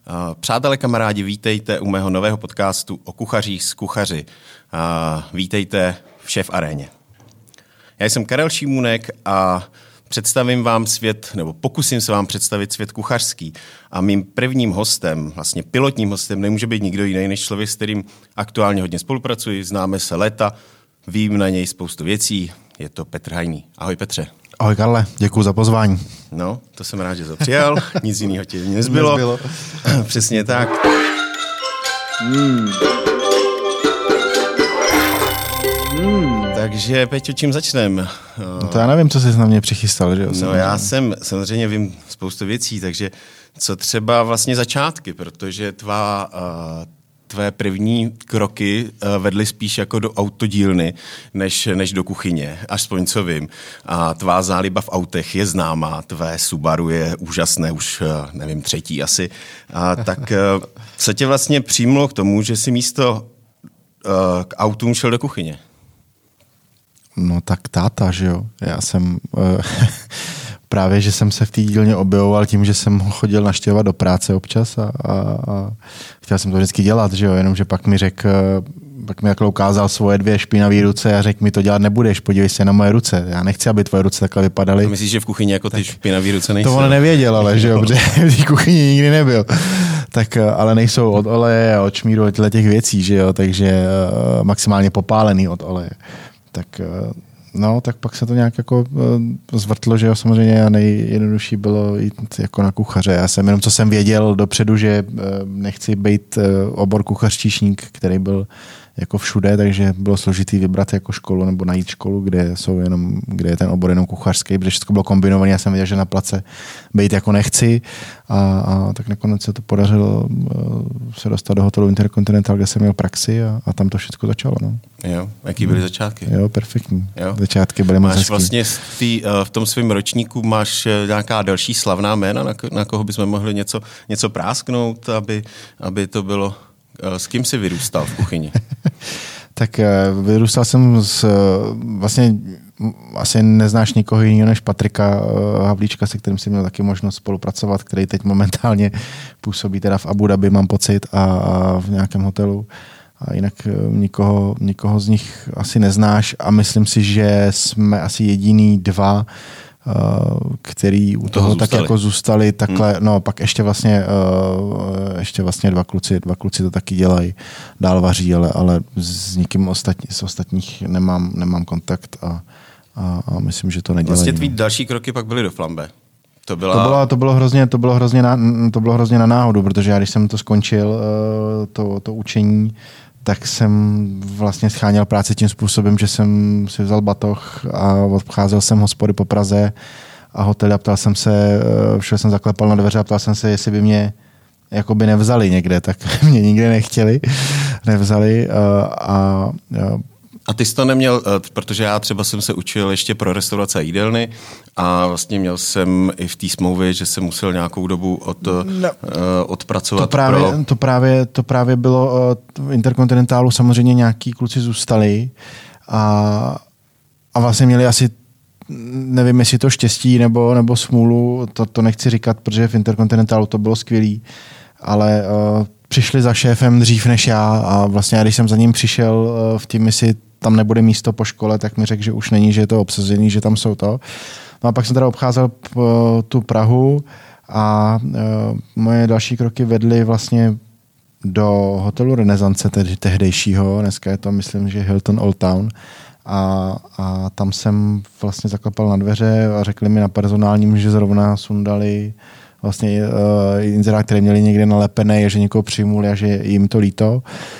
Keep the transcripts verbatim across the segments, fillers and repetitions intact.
Přátelé, kamarádi, vítejte u mého nového podcastu o kuchařích s kuchaři. Vítejte v Šéf Aréně. Já jsem Karel Šimůnek a představím vám svět, nebo pokusím se vám představit svět kuchařský. A mým prvním hostem, vlastně pilotním hostem, nemůže být nikdo jiný než člověk, s kterým aktuálně hodně spolupracuji, známe se léta, vím na něj spoustu věcí, je to Petr Hajný. Ahoj Petře. Ahoj Karle, děkuji za pozvání. No, to jsem rád, že to přijal, nic jiného ti nezbylo. nezbylo. Přesně tak. Mm. Mm. Takže, Peťo, čím začneme? No to já nevím, co jsi na mě přichystal. Že? No já jsem, samozřejmě vím spoustu věcí, takže co třeba vlastně začátky, protože tvá... Uh, tvé první kroky vedly spíš jako do autodílny, než, než do kuchyně, aspoň co vím. A tvá záliba v autech je známá, tvé Subaru je úžasné, už nevím, třetí asi. A tak co tě vlastně přijmulo k tomu, že si místo k autům šel do kuchyně? No tak táta, že jo. Já jsem... Právě, že jsem se v té dílně objevoval tím, že jsem ho chodil navštěvovat do práce občas a, a, a chtěl jsem to vždycky dělat, že jo, jenomže pak mi řekl, pak mi jako ukázal svoje dvě špinavé ruce a řekl mi, to dělat nebudeš, podívej se na moje ruce, já nechci, aby tvoje ruce takhle vypadaly. A myslíš, že v kuchyni jako ty špinavé ruce nejsou? To on nevěděl, ale že jo, protože v té kuchyni nikdy nebyl. Tak ale nejsou od oleje a od šmíru, od těch věcí, že jo, takže maximálně popálený od oleje. Tak no, tak pak se to nějak jako uh, zvrtlo, že jo, samozřejmě a nejjednodušší bylo jít jako na kuchaře. Já jsem jenom, co jsem věděl dopředu, že uh, nechci být uh, obor kuchařčíšník, který byl jako všude, takže bylo složitý vybrat jako školu nebo najít školu, kde jsou jenom, kde je ten obor jenom kuchařský, protože všechno bylo kombinované. Já jsem věděl, že na place být jako nechci a, a tak nakonec se to podařilo uh, se dostat do hotelu Intercontinental, kde jsem měl praxi a, a tam to všechno začalo. No. Jo, jaký byly začátky? Jo, perfektní. Jo. Začátky byly moc Máš vlastně tý, v tom svém ročníku máš nějaká další slavná jména, na, na koho bychom mohli něco, něco prásknout, aby, aby to bylo... S kým jsi vyrůstal v kuchyni? Tak vyrůstal jsem s... Vlastně asi neznáš nikoho jiného než Patrika Havlíčka, se kterým jsem měl taky možnost spolupracovat, který teď momentálně působí teda v Abu Dhabi, mám pocit, a, a v nějakém hotelu. A jinak nikoho, nikoho z nich asi neznáš a myslím si, že jsme asi jediný dva, který u toho, toho tak jako zůstali takhle, hmm. no pak ještě vlastně ještě vlastně dva kluci, dva kluci to taky dělají, dál vaří, ale, ale s nikým ostatní, z ostatních nemám, nemám kontakt a, a, a myslím, že to nedělají. Vlastně tvý další kroky pak byly do Flambe. To, byla... to, bylo, to, bylo hrozně, to, bylo hrozně na, to bylo hrozně na náhodu, protože já když jsem to skončil, to, to učení, tak jsem vlastně scháněl práci tím způsobem, že jsem si vzal batoh a obcházel jsem hospody po Praze a hotely a ptal jsem se, všude jsem zaklepal na dveře a ptal jsem se, jestli by mě jakoby nevzali někde, tak mě nikde nechtěli, nevzali a, a, a A ty jsi to neměl, protože já třeba jsem se učil ještě pro restaurace a jídelny a vlastně měl jsem i v té smlouvě, že jsem musel nějakou dobu od, no, odpracovat. To právě, pro... to, právě, to právě bylo v Intercontinentalu, samozřejmě nějaký kluci zůstali a, a vlastně měli asi, nevím, jestli to štěstí nebo, nebo smůlu, to, to nechci říkat, protože v Intercontinentalu to bylo skvělý, ale uh, přišli za šéfem dřív než já a vlastně když jsem za ním přišel uh, v tím, jestli tam nebude místo po škole, tak mi řekl, že už není, že je to obsazený, že tam jsou to. No a pak jsem teda obcházel uh, tu Prahu a uh, moje další kroky vedly vlastně do hotelu Renesance, tedy tehdejšího, dneska je to, myslím, že Hilton Old Town. A, a tam jsem vlastně zaklepal na dveře a řekli mi na personálním, že zrovna sundali vlastně uh, inzerát, který měli někde nalepený, že někoho přijmuli a že jim to líto.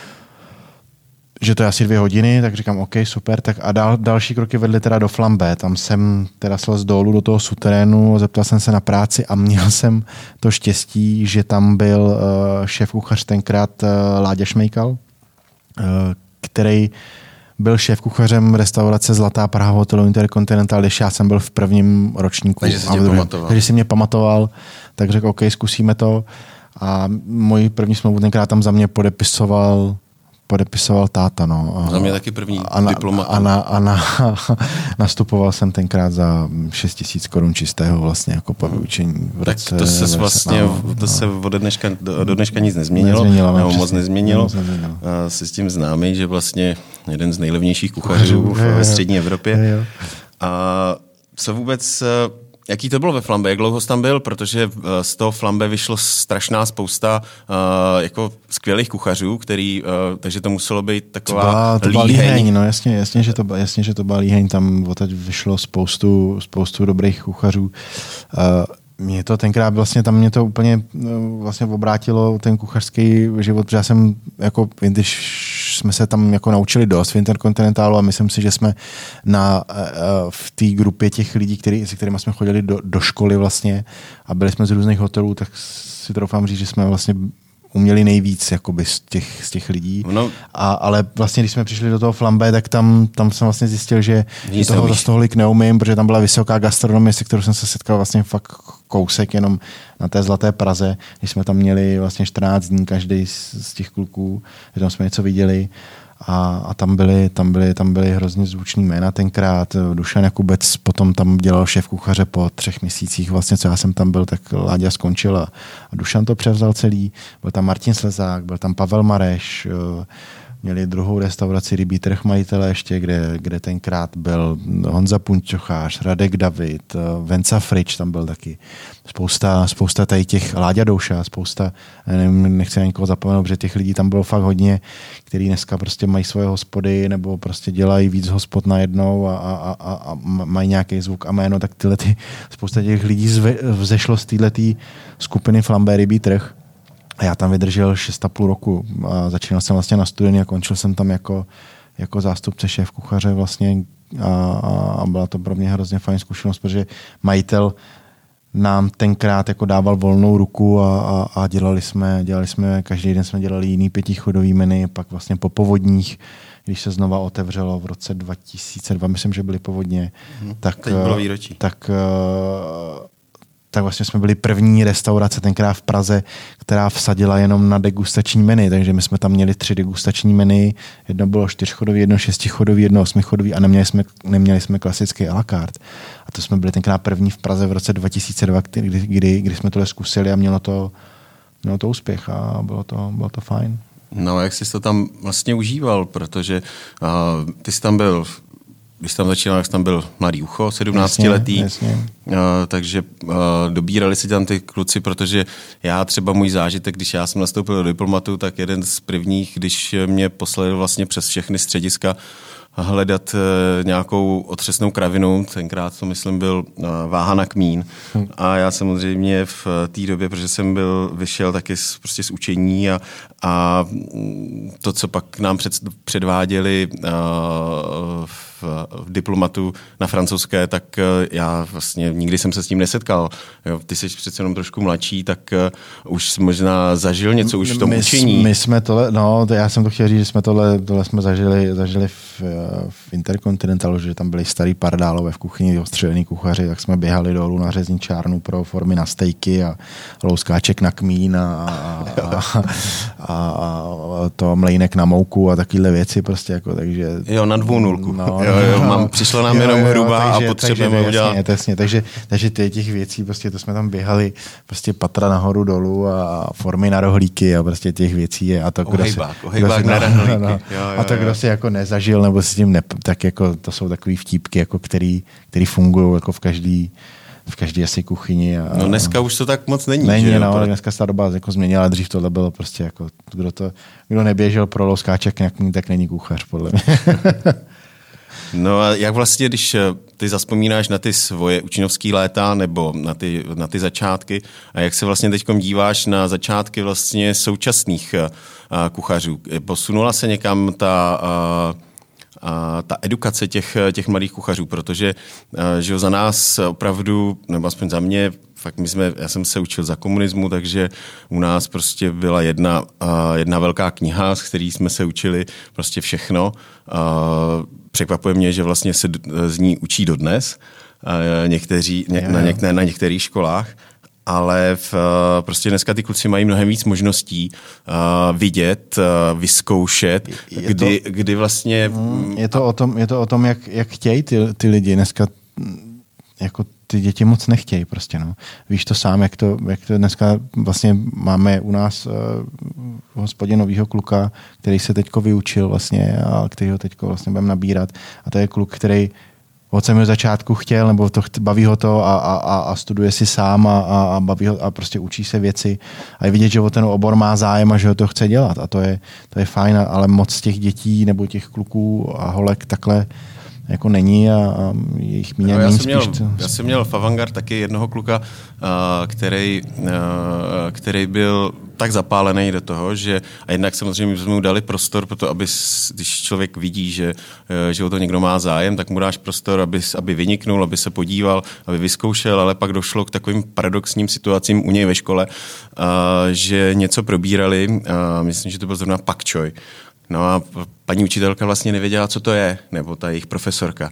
Že to je asi dvě hodiny, tak říkám, OK, super. Tak a dal, další kroky vedly teda do Flambe. Tam jsem teda slez dolů do toho suterénu, zeptal jsem se na práci a měl jsem to štěstí, že tam byl uh, šéf kuchař tenkrát uh, Láďa Šmejkal, uh, který byl šéf kuchařem restaurace Zlatá Praha hotelu Intercontinental, když já jsem byl v prvním ročníku. Takže si, pamatoval. Takže si mě pamatoval, tak řekl, OK, zkusíme to. A můj první smlouvu tenkrát tam za mě podepisoval podepisoval táta. No. Za mě taky první a na, diplomat. A, na, a na, nastupoval jsem tenkrát za šest tisíc korun čistého vlastně jako po vyučení. V tak roce, to se vlastně, no, to no. se od dneška, do, do dneška nic nezměnilo, nezměnilo nebo no, moc nezměnilo. Moc nezměnilo. A jsi s tím známý, že vlastně jeden z nejlevnějších kuchařů v, ve střední Evropě. Je, je. A co vůbec... Jaký to bylo ve Flambe? Jak dlouho jsi tam byl? Protože z toho Flambe vyšlo strašná spousta uh, jako skvělých kuchařů, který, uh, takže to muselo být taková to byla, to líheň. líheň. No jasně, jasně, že to, jasně, že to byla líheň. Tam odtaď vyšlo spoustu, spoustu dobrých kuchařů. Uh, Mě to tenkrát vlastně, tam mě to úplně vlastně obrátilo ten kuchařský život, protože já jsem, jako, když jsme se tam jako naučili dost v Interkontinentálu a myslím si, že jsme na, v té grupě těch lidí, který, se kterými jsme chodili do, do školy vlastně a byli jsme z různých hotelů, tak si troufám říct, že jsme vlastně uměli nejvíc jakoby, z, těch, z těch lidí. No. A, ale vlastně, když jsme přišli do toho Flambe, tak tam, tam jsem vlastně zjistil, že toho zase tolik neumím, protože tam byla vysoká gastronomie, se kterou jsem se setkal vlastně fakt kousek jenom na té Zlaté Praze, když jsme tam měli vlastně čtrnáct dní každý z, z těch kluků, že tam jsme něco viděli. A, a tam byly, tam byly, tam byly hrozně zvučný jména tenkrát. Dušan Jakubec potom tam dělal šéf kuchaře po třech měsících, vlastně, co já jsem tam byl, tak Láďa skončil a, a Dušan to převzal celý. Byl tam Martin Slezák, byl tam Pavel Mareš, měli druhou restauraci Rybí trh majitele ještě, kde, kde tenkrát byl Honza Punčochář, Radek David, Venca Frič tam byl taky. Spousta, spousta tady těch, Láďa Douša, spousta, nevím, nechci na nikoho zapomenout, protože těch lidí tam bylo fakt hodně, kteří dneska prostě mají svoje hospody nebo prostě dělají víc hospod najednou a, a, a, a mají nějaký zvuk a jméno, tak tyhle ty, spousta těch lidí zve, vzešlo z této skupiny Flambe Rybí trh. A já tam vydržel šest a půl roku a začínal jsem vlastně na studii a končil jsem tam jako, jako zástupce šéf kuchaře vlastně a, a byla to pro mě hrozně fajn zkušenost, protože majitel nám tenkrát jako dával volnou ruku a, a, a dělali jsme, dělali jsme, každý den jsme dělali jiný pětichodový menu, pak vlastně po povodních, když se znova otevřelo v roce dva tisíce dva, myslím, že byly povodně, hmm, tak, teď bylo výročí. tak tak vlastně jsme byli první restaurace tenkrát v Praze, která vsadila jenom na degustační menu, takže my jsme tam měli tři degustační menu, jedno bylo čtyřchodový, jedno šestichodový, jedno osmichodový a neměli jsme, neměli jsme klasický à la carte. A to jsme byli tenkrát první v Praze v roce dva tisíce dva, kdy, kdy, kdy jsme tohle zkusili a mělo to, mělo to úspěch a bylo to, bylo to fajn. No a jak jsi to tam vlastně užíval, protože uh, ty jsi tam byl Když jsi tam začínal, jak jsi tam byl mladý ucho, sedmnáctiletý, jasně, jasně. Uh, takže uh, dobírali si tam ty kluci, protože já třeba můj zážitek, když já jsem nastoupil do diplomatu, tak jeden z prvních, když mě poslal vlastně přes všechny střediska hledat uh, nějakou otřesnou kravinu, tenkrát to myslím byl uh, váha na kmín. Hmm. A já samozřejmě v té době, protože jsem byl, vyšel taky z, prostě z učení a, a to, co pak nám před, předváděli uh, v, v diplomatu na francouzské, tak uh, já vlastně nikdy jsem se s tím nesetkal. Jo, ty jsi přece jenom trošku mladší, tak uh, už jsi možná zažil něco už v tom my, učení. My jsme tohle, no, to já jsem to chtěl říct, že jsme tohle, tohle jsme zažili, zažili v, v Interkontinentalu, že tam byli starý pardálové v kuchyni, ostřelený kuchaři, tak jsme běhali dolů na řezničárnu pro formy na stejky a louskáček na kmín a, a, a, a, a to mlejnek na mouku a takovéhle věci prostě jako, takže... Jo, na dvou nulku. No, jo, jo, mám, přišlo nám jo, jenom jo, hrubá takže, a potřebujeme takže, udělat... Jasně, jasně, takže, takže těch věcí, prostě to jsme tam běhali prostě patra nahoru dolů a formy na rohlíky a prostě těch věcí a to, ohejbák, kdo si... Ohejbák na rohlíky. No, no, jo, jo, a to, kdo si jako nezažil nebo si tím ne, tak jako to jsou takový vtípky, jako který, který fungují jako v každý v každé asi kuchyni. A, no dneska už to tak moc není. Není, že no, ale dneska se ta doba jako změnila, dřív tohle bylo prostě jako, kdo, to, kdo neběžel pro louskáček, tak není kuchař, podle mě. No a jak vlastně, když ty zazpomínáš na ty svoje učňovský léta nebo na ty, na ty začátky a jak se vlastně teďkom díváš na začátky vlastně současných uh, kuchařů? Posunula se někam ta... Uh, a ta edukace těch, těch mladých kuchařů, protože že za nás opravdu, nebo aspoň za mě, fakt my jsme, já jsem se učil za komunismu, takže u nás prostě byla jedna, jedna velká kniha, z který jsme se učili prostě všechno. Překvapuje mě, že vlastně se z ní učí dodnes, někteří, ně, na, něk, na některých školách. ale v, prostě dneska ty kluci mají mnohem víc možností uh, vidět, uh, vyzkoušet, je kdy, to, kdy vlastně... Je to o tom, je to o tom jak, jak chtějí ty, ty lidi. Dneska jako ty děti moc nechtějí prostě, no. Víš to sám, jak to, jak to dneska vlastně máme u nás uh, v hospodě novýho kluka, který se teďko vyučil vlastně a který ho teďko vlastně budeme nabírat. A to je kluk, který od samého začátku chtěl, nebo to baví ho to a, a, a studuje si sám a, a, baví ho a prostě učí se věci. A je vidět, že o ten obor má zájem a že ho to chce dělat. A to je, to je fajn, ale moc těch dětí nebo těch kluků a holek takhle jako není a, a jejich míně no, já, není jsem měl, spíš... To... já jsem měl v Avantgarde taky jednoho kluka, uh, který, uh, který byl tak zapálený do toho, že a jednak samozřejmě jsme mu dali prostor pro to, aby, když člověk vidí, že, že o to někdo má zájem, tak mu dáš prostor, aby, aby vyniknul, aby se podíval, aby vyzkoušel, ale pak došlo k takovým paradoxním situacím u něj ve škole, uh, že něco probírali, uh, myslím, že to byl zrovna pak čoj. No a paní učitelka vlastně nevěděla, co to je, nebo ta jejich profesorka.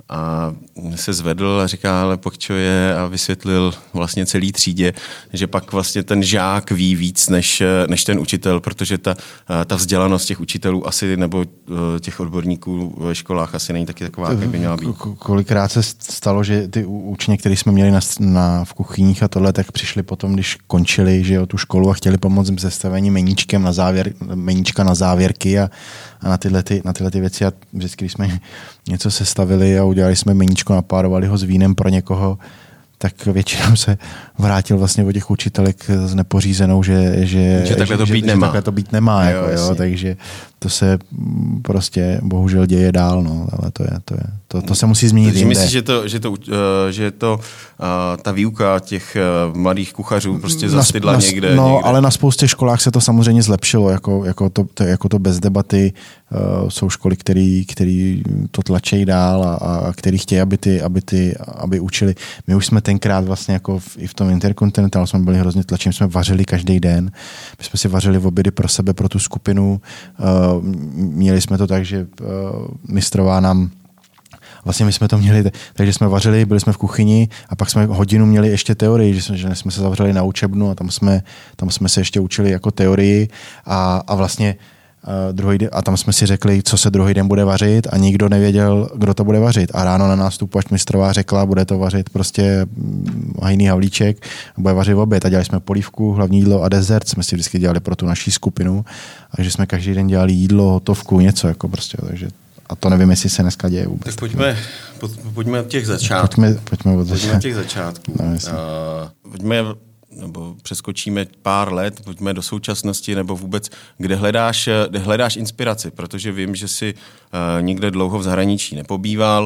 A se zvedl a říká, ale pokčo je a vysvětlil vlastně celý třídě, že pak vlastně ten žák ví víc než, než ten učitel, protože ta, ta vzdělanost těch učitelů asi nebo těch odborníků ve školách asi není taky taková, jak by měla být. Kolikrát se stalo, že ty učně, které jsme měli na, na, v kuchyních a tohle, tak přišli potom, když končili, že jo, tu školu a chtěli pomoct se stavením meníčkem na závěr, meníčka na závěrky a, a na, tyhle ty, na tyhle ty věci. A vždycky, když jsme něco sestavili a udělali jsme meníčko, napárovali ho s vínem pro někoho, tak většinou se vrátil vlastně od těch učitelek s nepořízenou, že, že, že takhle to že, být že, nemá. Že takhle to být nemá. Jo, jako, jo, takže to se prostě bohužel děje dál, no, ale to je, to je, to, to se musí změnit takže jinde. myslíš, že to, že to, uh, že to uh, ta výuka těch uh, mladých kuchařů prostě zastydla někde? No, někde? ale na spoustě školách se to samozřejmě zlepšilo, jako, jako, to, to, jako to bez debaty. Uh, jsou školy, který, který to tlačejí dál a, a který chtějí, aby, ty, aby, ty, aby učili. My už jsme tenkrát vlastně jako v, i v tom Intercontinentalu jsme byli hrozně tlačení, jsme vařili každý den. My jsme si vařili v obědy pro sebe, pro tu skupinu. Uh, měli jsme to tak, že uh, mistrová nám Vlastně my jsme to měli, takže jsme vařili, byli jsme v kuchyni a pak jsme hodinu měli ještě teorii, že jsme, že jsme se zavřeli na učebnu a tam jsme, tam jsme se ještě učili jako teorii a, a vlastně uh, druhý den, a tam jsme si řekli, co se druhý den bude vařit a nikdo nevěděl, kdo to bude vařit. A ráno na nástupu, až mistrová řekla, bude to vařit prostě hajný Havlíček, bude vařit oběd a dělali jsme polívku, hlavní jídlo a dezert jsme si vždycky dělali pro tu naší skupinu, takže jsme každý den dělali jídlo, hotovku, něco jako prostě, takže a to nevím, jestli se dneska děje vůbec. Tak pojďme, po, pojďme od těch začátků. Pojďme, pojďme od pojďme od těch začátků. No, uh, pojďme, nebo přeskočíme pár let, pojďme do současnosti, nebo vůbec, kde hledáš, kde hledáš inspiraci, protože vím, že jsi uh, nikde dlouho v zahraničí nepobýval,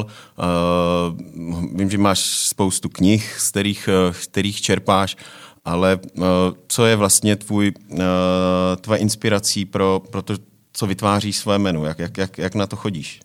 uh, vím, že máš spoustu knih, z kterých, uh, kterých čerpáš, ale uh, co je vlastně tvůj, uh, tvoje inspirací pro, pro to, co vytváří své menu? Jak, jak, jak, jak na to chodíš?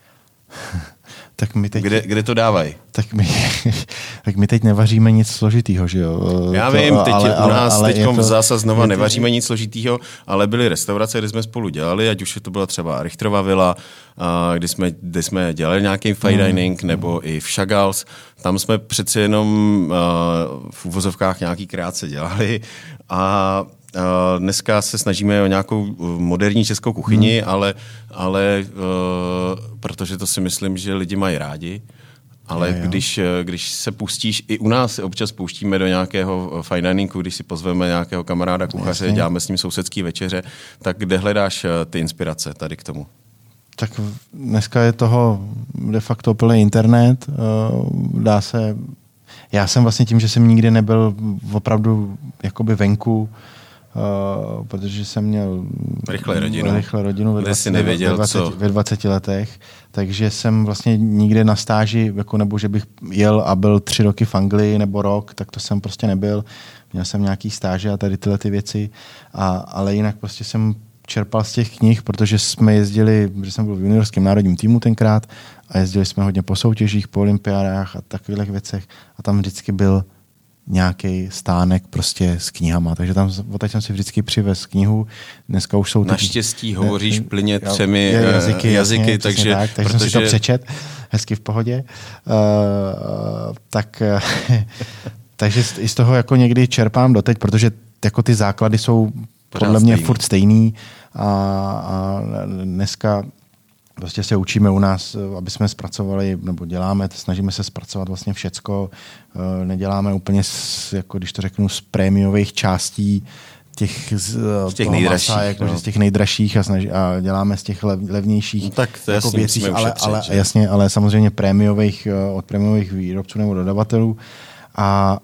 Tak my teď, kde, kde to dávají? Tak my, tak my teď nevaříme nic složitýho, že jo? Já to, vím, teď ale, u nás ale, teď to, zase znova nevaříme nic složitýho, ale byly restaurace, kde jsme spolu dělali, ať už to byla třeba Richterova vila, kdy jsme, kdy jsme dělali nějaký fine dining, hmm. nebo i v Chagall's. Tam jsme přeci jenom v uvozovkách nějaký krátce dělali a Uh, dneska se snažíme o nějakou moderní českou kuchyni, hmm. ale, ale uh, protože to si myslím, že lidi mají rádi, ale je, když, když se pustíš, i u nás se občas pouštíme do nějakého fine diningu, když si pozveme nějakého kamaráda kuchaře, Jasně. děláme s ním sousedský večeře, tak kde hledáš ty inspirace tady k tomu? Tak dneska je toho de facto plný internet, uh, dá se... Já jsem vlastně tím, že jsem nikdy nebyl opravdu jakoby venku, Uh, protože jsem měl rychle rodinu, rychle rodinu ve, dvaceti, nevěděl, ve, dvaceti, co? ve dvaceti letech, takže jsem vlastně nikde na stáži, jako nebo že bych jel a byl tři roky v Anglii nebo rok, tak to jsem prostě nebyl. Měl jsem nějaký stáže a tady tyhle ty věci, a, ale jinak prostě jsem čerpal z těch knih, protože jsme jezdili, protože jsem byl v juniorském národním týmu tenkrát a jezdili jsme hodně po soutěžích, po olympiádách a takových věcech a tam vždycky byl nějaký stánek prostě s knihama. Takže tam odtaď jsem si vždycky přivez knihu. Dneska už jsou... Naštěstí hovoříš ne, plyně třemi jazyky, jazyky jasně, takže... Tak, takže protože... jsem si to přečet hezky v pohodě. Uh, tak takže i z toho jako někdy čerpám doteď, protože jako ty základy jsou Pořád podle mě stejný. furt stejný a, a dneska prostě se učíme u nás, aby jsme zpracovali, nebo děláme, snažíme se zpracovat vlastně všecko, neděláme úplně, z, jako když to řeknu, z prémiových částí těch, z, z těch nejdražších, masa, jako, no. z těch nejdražších a, snaží, a děláme z těch lev, levnějších no, tak to jako jasně, věcí, ale, ušetřit, ale, že? jasně, ale samozřejmě prémiových, od prémiových výrobců nebo dodavatelů a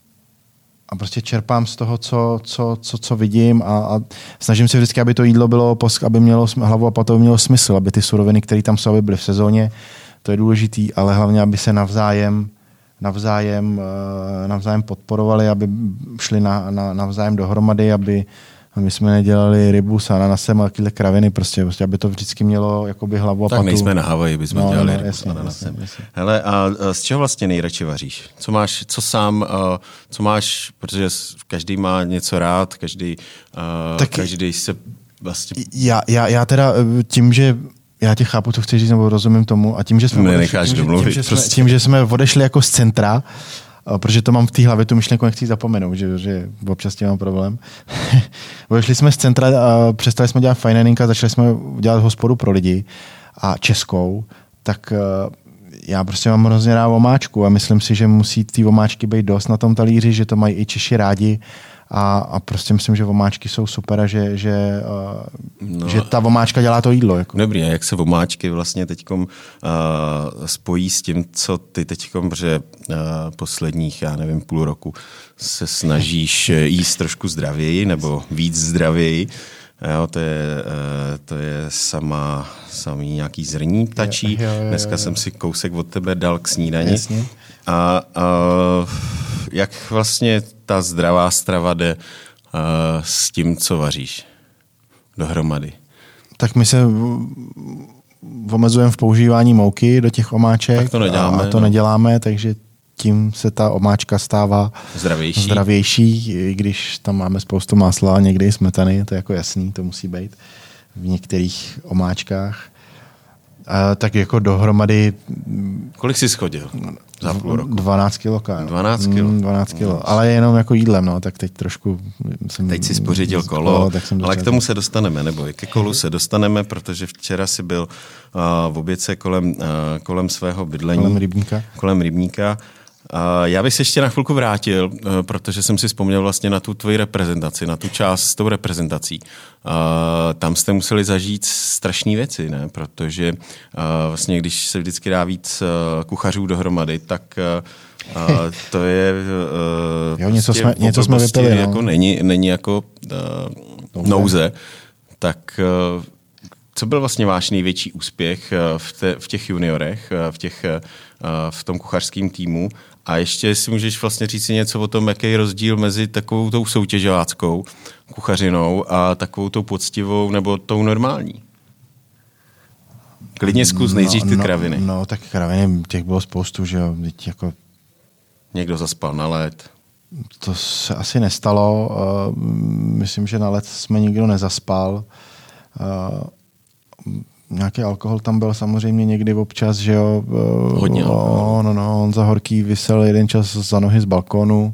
A prostě čerpám z toho, co, co, co, co vidím a, a snažím se vždycky, aby to jídlo bylo, aby mělo hlavu a patu, aby mělo smysl, aby ty suroviny, které tam jsou, aby byly v sezóně, to je důležitý, ale hlavně, aby se navzájem, navzájem, navzájem podporovali, aby šli na, na, navzájem dohromady, aby my jsme nedělali rybu s ananasem a takové kraviny, prostě, prostě, aby to vždycky mělo jakoby hlavu a tak patu. Tak nejsme na Havaji, bychom no, dělali no, rybu jasně, s ananasem. Jasně, jasně. Hele, a z čeho vlastně nejradši vaříš? Co máš, co sám, co máš, protože každý má něco rád, každý, tak každý se vlastně... Já, já, já teda tím, že já tě chápu, co chceš říct, nebo rozumím tomu, a tím, že jsme, odešli, tím, domluvit, tím, že jsme, prostě. tím, že jsme odešli jako z centra, protože to mám v té hlavě, tu myšlenku nechci zapomenout, že, že občas tím mám problém. Odešli jsme z centra a přestali jsme dělat fine dining a začali jsme dělat hospodu pro lidi a českou, tak já prostě mám hrozně rád omáčku a myslím si, že musí ty omáčky být dost na tom talíři, že to mají i Češi rádi a, a prostě myslím, že omáčky jsou super a že, že, no, že ta omáčka dělá to jídlo. Jako. Dobrý, a jak se omáčky vlastně teďkom uh, spojí s tím, co ty teďkom, protože uh, posledních, já nevím, půl roku se snažíš jíst trošku zdravěji nebo víc zdravěji. Jo, to je, to je sama, samý nějaký zrní ptačí. Jo, jo, jo, jo. Dneska jsem si kousek od tebe dal k snídani. Jasně. A, a jak vlastně ta zdravá strava jde a, s tím, co vaříš dohromady? Tak my se omezujeme v používání mouky do těch omáček. Tak to neděláme. A to no. neděláme, takže tím se ta omáčka stává zdravější. zdravější, i když tam máme spoustu másla a někdy smetany, to je jako jasný, to musí být v některých omáčkách. A tak jako dohromady... Kolik jsi schodil za půl roku? dvanáct kilo. dvanáct kilo. Mm, dvanáct kilo. Ale jenom jako jídlem, no, tak teď trošku... Jsem, teď si spořídil kolo, kolo tak jsem ale k tomu začal. se dostaneme, nebo ke kolu se dostaneme, protože včera si byl uh, v obědce kolem, uh, kolem svého bydlení. Kolem rybníka. Kolem rybníka. Uh, já bych se ještě na chvilku vrátil, uh, protože jsem si vzpomněl vlastně na tu tvoji reprezentaci, na tu část s tou reprezentací. Uh, tam jste museli zažít strašné věci, ne? Protože uh, vlastně, když se vždycky dá víc uh, kuchařů dohromady, tak uh, uh, to je uh, jo, něco jsme, něco jsme vypili, no. Jako není, není jako uh, nouze. Tak uh, co byl vlastně váš největší úspěch uh, v, te, v těch juniorech, uh, v, těch, uh, v tom kuchařském týmu? A ještě si můžeš vlastně říct si něco o tom, jaký je rozdíl mezi takovou tou soutěžáckou kuchařinou a takovou tou poctivou nebo tou normální? Klidně zkus nejdřív ty no, kraviny. No, no, tak kraviny, těch bylo spoustu, že jo. Jako... Někdo zaspal na led. To se asi nestalo. Uh, myslím, že na led jsme nikdo nezaspal. Uh, nějaký alkohol tam byl samozřejmě někdy občas, že jo. Hodně. No, no, no, Honza Horký visel jeden čas za nohy z balkónu.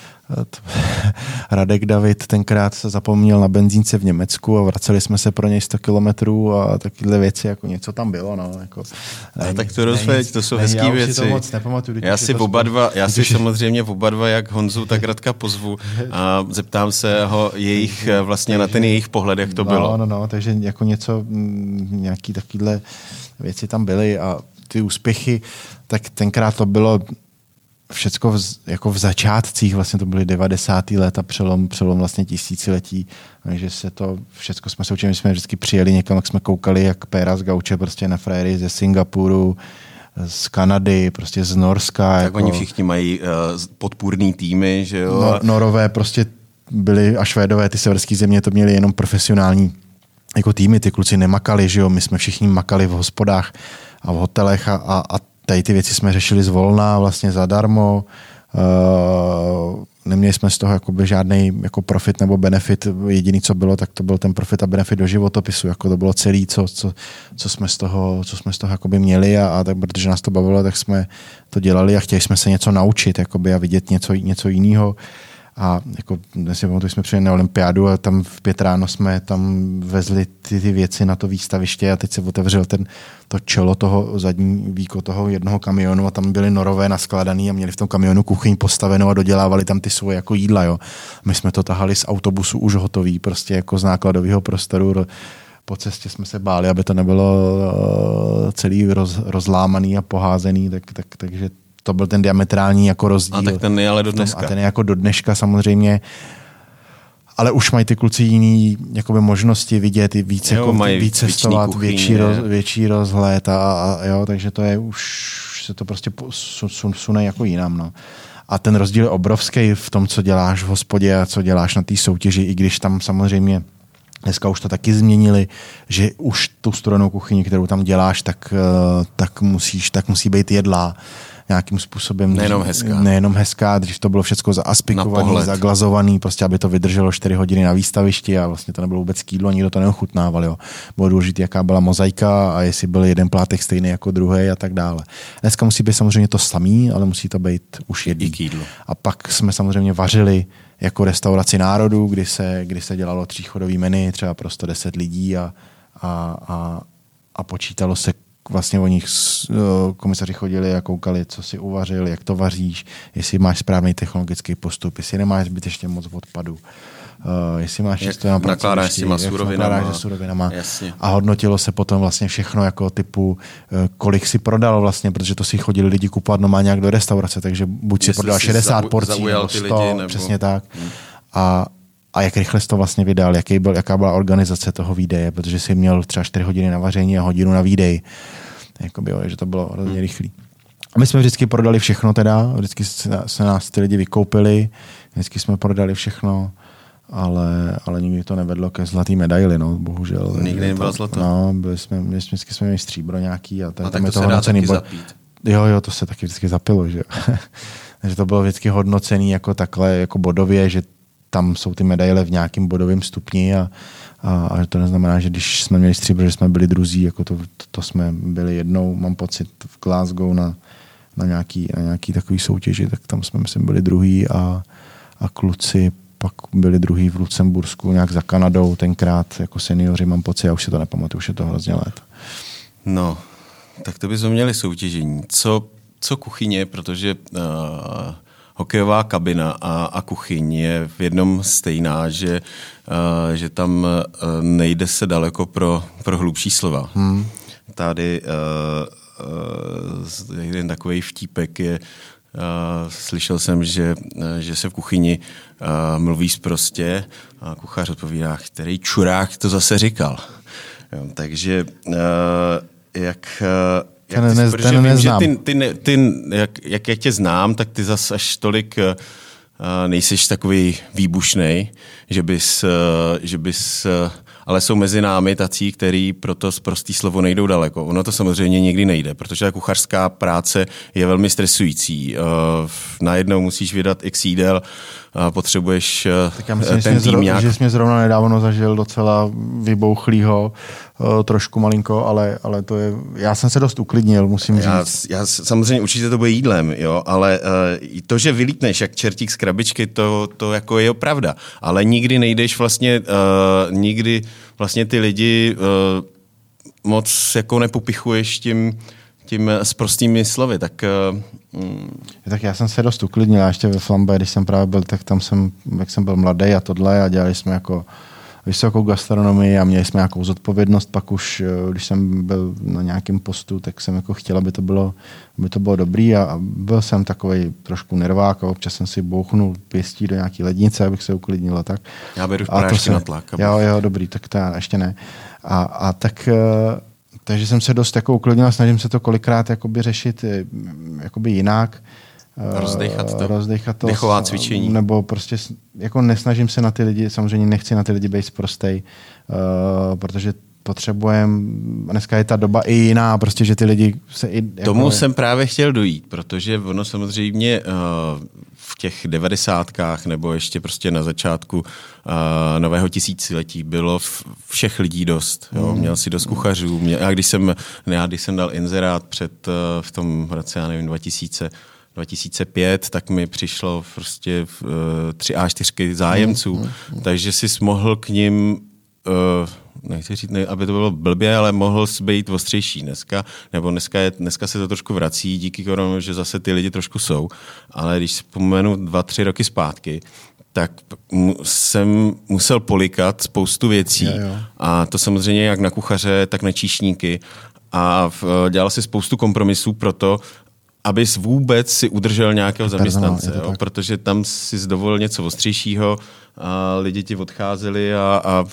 Radek David tenkrát se zapomněl na benzínce v Německu a vraceli jsme se pro něj sto kilometrů a takovéhle věci, jako něco tam bylo. No, jako, ne, tak to rozveď, to jsou hezký věci. Já si to moc nepamatuju. Já si, oba dva, já si samozřejmě oba dva, jak Honzu, tak Radka pozvu a zeptám se ho jejich, vlastně na ten jejich pohled, jak to no, bylo. No, no, takže jako něco, nějaký takovýhle věci tam byly a ty úspěchy, tak tenkrát to bylo všecko v, jako v začátcích, vlastně to byly devadesátá léta, přelom, přelom vlastně tisíciletí, takže se to, všecko jsme se učili, my jsme vždycky přijeli někam, jak jsme koukali, jak péra z gauče prostě na frajery ze Singapuru, z Kanady, prostě z Norska. Tak jako, oni všichni mají uh, podpůrný týmy, že jo? No, Norové prostě byli a Švédové, ty severské země, to měli jenom profesionální jako týmy, ty kluci nemakali, že jo, my jsme všichni makali v hospodách a v hotelech a, a, a tady ty věci jsme řešili zvolna, vlastně zadarmo. Uh, neměli jsme z toho jakoby žádný jako profit nebo benefit. Jediný, co bylo, tak to byl ten profit a benefit do životopisu. Jako to bylo celý, co, co, co jsme z toho, co jsme z toho jakoby měli a, a tak, protože nás to bavilo, tak jsme to dělali a chtěli jsme se něco naučit jakoby, a vidět něco, něco jiného. A jako dnes si pamatuju, jsme přijeli na olympiádu a tam v pět ráno jsme tam vezli ty, ty věci na to výstaviště a teď se otevřel ten, to čelo toho zadní víko toho jednoho kamionu a tam byly norové naskladaný a měli v tom kamionu kuchyň postavenou a dodělávali tam ty svoje jako jídla. Jo. My jsme to tahali z autobusu už hotový, prostě jako z nákladového prostoru. Po cestě jsme se báli, aby to nebylo celý roz, rozlámaný a poházený, tak, tak, takže to byl ten diametrální jako rozdíl. A tak ten je ale do dneska. A ten je jako do dneška samozřejmě. Ale už mají ty kluci jiný jakoby možnosti vidět, víc, jo, jako, víc cestovat, kuchyně, větší, roz, větší rozhled a, a jo, takže to je už se to prostě sune jako jinam. No. A ten rozdíl je obrovský v tom, co děláš v hospodě a co děláš na té soutěži, i když tam samozřejmě dneska už to taky změnili, že už tu studenou kuchyni, kterou tam děláš, tak, tak, musíš, tak musí být jedlá nějakým způsobem. Nejenom hezká. Nejenom hezká, když to bylo všechno zaaspikované, zaglazované, prostě aby to vydrželo čtyři hodiny na výstavišti a vlastně to nebylo vůbec kýdlo, nikdo to neochutnával. Jo. Bylo důležité, jaká byla mozaika a jestli byl jeden plátek stejný jako druhý a tak dále. Dneska musí být samozřejmě to samý, ale musí to být už jedný. A pak jsme samozřejmě vařili jako restauraci národů, kdy se, kdy se dělalo tříchodový menu, třeba pro sto deset lidí a, a, a, a počítalo se vlastně o nich komisaři chodili a koukali, co si uvařil, jak to vaříš, jestli máš správný technologický postup, jestli nemáš zbytečně moc odpadu, uh, jestli máš čisto na nakládáš s těma surovinama. surovinama. A hodnotilo se potom vlastně všechno jako typu, kolik si prodal vlastně, protože to si chodili lidi kupovat normálně nějak do restaurace, takže buď si jestli prodal šedesát porcí nebo sto, lidi, nebo... přesně tak. Hmm. A A jak rychle jsi to vlastně vydal, jaký byl, jaká byla organizace toho výdeje, protože jsi měl třeba čtyři hodiny na vaření a hodinu na výdej. Jakoby, jo, že to bylo hrozně rychlý. A my jsme vždycky prodali všechno teda, vždycky se nás ty lidi vykoupili, vždycky jsme prodali všechno, ale, ale nikdy to nevedlo ke zlatý medaili, no, bohužel. Nikdy nebylo zlato. No, byli jsme, my jsme, vždycky jsme měli stříbro nějaký. A, a tak to se dá taky bo... zapít. Jo, jo, to se taky vždycky zapilo, že Takže to bylo vždycky hodnocený jako takhle, jako bodově, že tam jsou ty medaile v nějakém bodovém stupni a, a, a to neznamená, že když jsme měli stříbro, že jsme byli druzí, jako to, to, to jsme byli jednou, mám pocit, v Glasgow na, na, nějaký, na nějaký takový soutěži, tak tam jsme, myslím, byli druhý a, a kluci pak byli druhý v Lucembursku, nějak za Kanadou tenkrát, jako seniori, mám pocit, já už si to nepamatuju, už je to hrozně let. No, tak to bychom měli soutěžení. Co, co kuchyně, protože... Uh... hokejová kabina a, a kuchyň je v jednom stejná, že, uh, že tam uh, nejde se daleko pro, pro hlubší slova. Hmm. Tady uh, uh, jeden takovej vtípek je, uh, slyšel jsem, že, uh, že se v kuchyni uh, mluví sprostě a kuchař odpovídá, který čurák to zase říkal. Jo, takže uh, jak... Uh, Jak ten, ty, ne, ten vím, neznám. Že ty, ty, ty, jak, jak já tě znám, tak ty zas až tolik uh, nejsiš takový výbušnej, že bys, uh, že bys uh, ale jsou mezi námi tací, který proto z prostý slovo nejdou daleko. Ono to samozřejmě nikdy nejde, protože ta kuchařská práce je velmi stresující. Uh, najednou musíš vydat x jídel, uh, potřebuješ uh, tak já myslím, ten tým zro, nějak... že jsi mě zrovna nedávno zažil docela vybouchlýho, uh, trošku malinko, ale, ale to je... Já jsem se dost uklidnil, musím já, říct. Já samozřejmě určitě to bude jídlem, jo, ale uh, to, že vylítneš jak čertík z krabičky, to, to jako je pravda. Ale nikdy nejdeš vlastně, uh, nikdy vlastně ty lidi uh, moc jako nepopichuješ tím, tím s prostými slovy, tak... Uh, mm. Tak já jsem se dost uklidnil, já ještě ve Flambé, když jsem právě byl, tak tam jsem, jak jsem byl mladý a tohle a dělali jsme jako vysokou gastronomii a měli jsme nějakou zodpovědnost, pak už, když jsem byl na nějakém postu, tak jsem jako chtěl, aby to bylo, aby to bylo dobrý a, a byl jsem takovej trošku nervák a občas jsem si bouchnul pěstí do nějaký lednice, abych se uklidnil a tak. Já beru prášky na tlak. Jo, jo, dobrý, tak to já ještě ne. A, a tak... Takže jsem se dost jako uklidnil a snažím se to kolikrát jakoby řešit jakoby jinak. Rozdechat to. Rozdechat to. Dechová cvičení. Nebo prostě jako nesnažím se na ty lidi, samozřejmě nechci na ty lidi být sprostej, uh, protože potřebujeme, dneska je ta doba i jiná, prostě, že ty lidi se i... Jako... Tomu jsem právě chtěl dojít, protože ono samozřejmě uh, v těch devadesátkách nebo ještě prostě na začátku uh, nového tisíciletí bylo v, všech lidí dost. Jo? Mm. Měl si dost kuchařů. Měl, já, když jsem, já když jsem dal inzerát před uh, v tom roce, já nevím, dva tisíce, dva tisíce pět, tak mi přišlo prostě uh, tři á čtyři zájemců, mm. Mm. takže jsi mohl k nim... Uh, nechci říct, ne, aby to bylo blbě, ale mohl být ostřejší dneska, nebo dneska, je, dneska se to trošku vrací díky koronu, že zase ty lidi trošku jsou, ale když vzpomenu dva, tři roky zpátky, tak mu, jsem musel polikat spoustu věcí jo, jo. a to samozřejmě jak na kuchaře, tak na číšníky a v, dělal si spoustu kompromisů pro to, abys vůbec si udržel nějakého zaměstnance, jo? Protože tam si dovolil něco ostřejšího a lidi ti odcházeli a, a,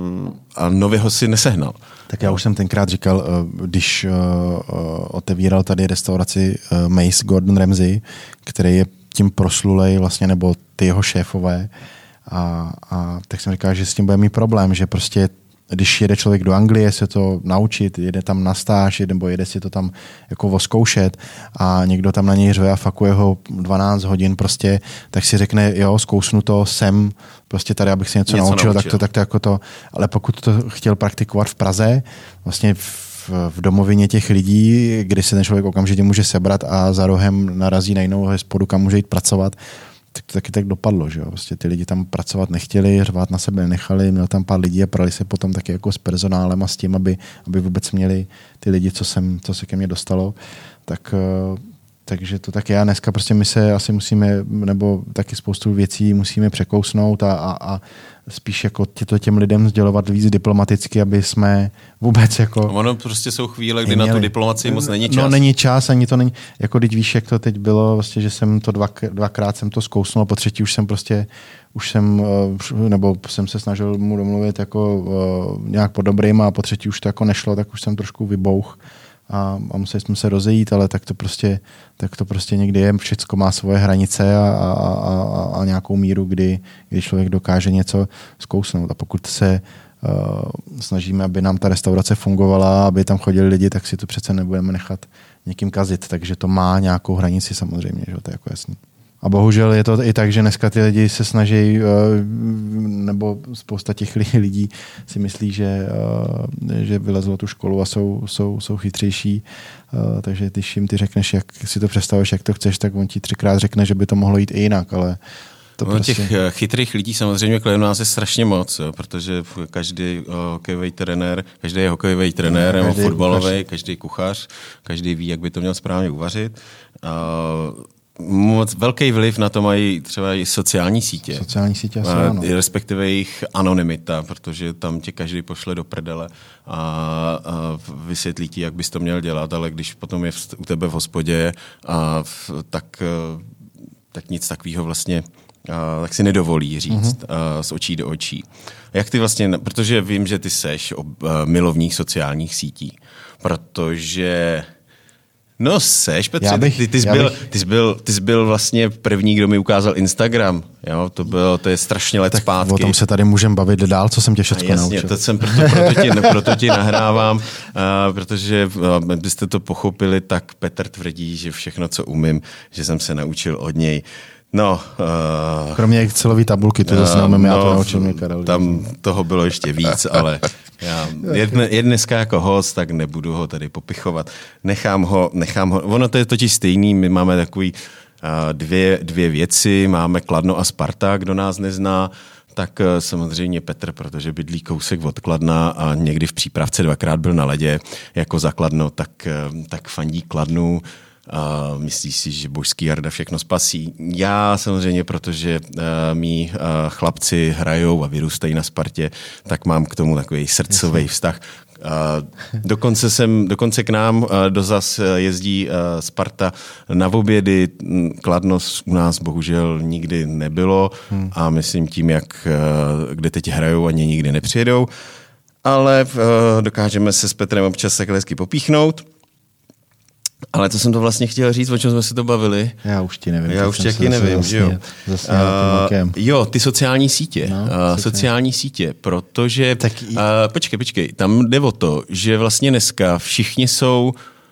a nového si nesehnal. Tak já už jsem tenkrát říkal, když otevíral tady restauraci Mace Gordon Ramsay, který je tím proslulej vlastně, nebo ty jeho šéfové, a, a tak jsem říkal, že s tím bude mít problém, že prostě když jede člověk do Anglie se to naučit, jede tam na stáž, nebo jede si to tam jako oskoušet a někdo tam na něj řve a fakuje ho dvanáct hodin prostě, tak si řekne, jo, zkousnu to, jsem prostě tady, abych si něco, něco naučil, naučil, tak to, tak to jako to, ale pokud to chtěl praktikovat v Praze, vlastně v, v domovině těch lidí, kdy se ten člověk okamžitě může sebrat a za rohem narazí na jinou hospodu, kam může jít pracovat, tak to taky tak dopadlo, že jo. Prostě ty lidi tam pracovat nechtěli, řvát na sebe nechali, měl tam pár lidí a prali se potom taky jako s personálem a s tím, aby, aby vůbec měli ty lidi, co, jsem, co se ke mně dostalo. Tak, takže to taky já dneska prostě my se asi musíme, nebo taky spoustu věcí musíme překousnout a, a, a spíš jako to těm lidem sdělovat víc diplomaticky, aby jsme vůbec jako... Ono prostě jsou chvíle, kdy neměli. Na tu diplomaci moc není čas. No není čas, ani to není, jako teď víš, jak to teď bylo, vlastně, že jsem to dva, dvakrát jsem to zkousnul a po třetí už jsem prostě, už jsem, nebo jsem se snažil mu domluvit jako nějak po dobrým a po třetí už to jako nešlo, tak už jsem trošku vybouch. A, a museli jsme se rozejít, ale tak to prostě, tak to prostě někdy je, všecko má svoje hranice a, a, a, a nějakou míru, kdy, kdy člověk dokáže něco zkousnout. A pokud se uh, snažíme, aby nám ta restaurace fungovala, aby tam chodili lidi, tak si to přece nebudeme nechat někým kazit. Takže to má nějakou hranici samozřejmě, že to je jako jasný. A bohužel je to i tak, že dneska ty lidi se snaží, nebo spousta těch lidí si myslí, že, že vylezlo tu školu a jsou, jsou, jsou chytřejší. Takže když jim ty řekneš, jak si to představuješ, jak to chceš, tak on ti třikrát řekne, že by to mohlo jít i jinak, ale to no, prostě... Těch chytrých lidí samozřejmě kolem nás je strašně moc, jo, protože každý hokejový trenér, každý je hokejový trenér, nebo fotbalový, každý kuchař, každý ví, jak by to měl správně uvařit. Moc velký vliv na to mají třeba i sociální sítě. Sociální sítě asi ano. Respektive jejich anonymita, protože tam tě každý pošle do prdele a, a vysvětlí ti, jak bys to měl dělat, ale když potom je u tebe v hospodě, a v, tak, tak nic takového vlastně a, tak si nedovolí říct uh-huh. a, z očí do očí. Jak ty vlastně, protože vím, že ty seš ob, milovník sociálních sítí, protože... No seš, Petře, bych, ty, ty, jsi byl, bych... ty, jsi byl, ty jsi byl vlastně první, kdo mi ukázal Instagram, jo, to bylo, to je strašně let tak zpátky. O tom se tady můžeme bavit dál, co jsem tě všechno naučil. Jasně, to jsem proto, proto, ti, proto ti nahrávám, uh, protože uh, byste to pochopili, tak Petr tvrdí, že všechno, co umím, že jsem se naučil od něj. No, uh, kromě celový tabulky, to zase uh, no, já to naučil mě Karel. Tam toho bylo ještě víc, ale já, je, je dneska jako host, tak nebudu ho tady popichovat. Nechám ho, nechám ho. Ono to je totiž stejný, my máme takový uh, dvě, dvě věci, máme Kladno a Sparta, kdo nás nezná, tak uh, samozřejmě Petr, protože bydlí kousek od Kladna a někdy v přípravce dvakrát byl na ledě jako za Kladno, tak, uh, tak fandí Kladnu. A myslí si, že božský Jarda všechno spasí. Já samozřejmě, protože uh, mý uh, chlapci hrajou a vyrůstají na Spartě, tak mám k tomu takový srdcový vztah. Uh, dokonce, jsem, dokonce k nám uh, do zas jezdí uh, Sparta na obědy. Kladno u nás bohužel nikdy nebylo hmm. a myslím tím, jak uh, kde teď hrajou, ani nikdy nepřijedou. Ale uh, dokážeme se s Petrem občas takhle hezky popíchnout. Ale to jsem to vlastně chtěl říct, o čem jsme se to bavili. Já už ti nevím. Já už taky nevím, že jo. Zase, uh, jo, ty sociální sítě. No, uh, sociální sítě, protože... Tak... Uh, počkej, počkej, tam jde o to, že vlastně dneska všichni jsou...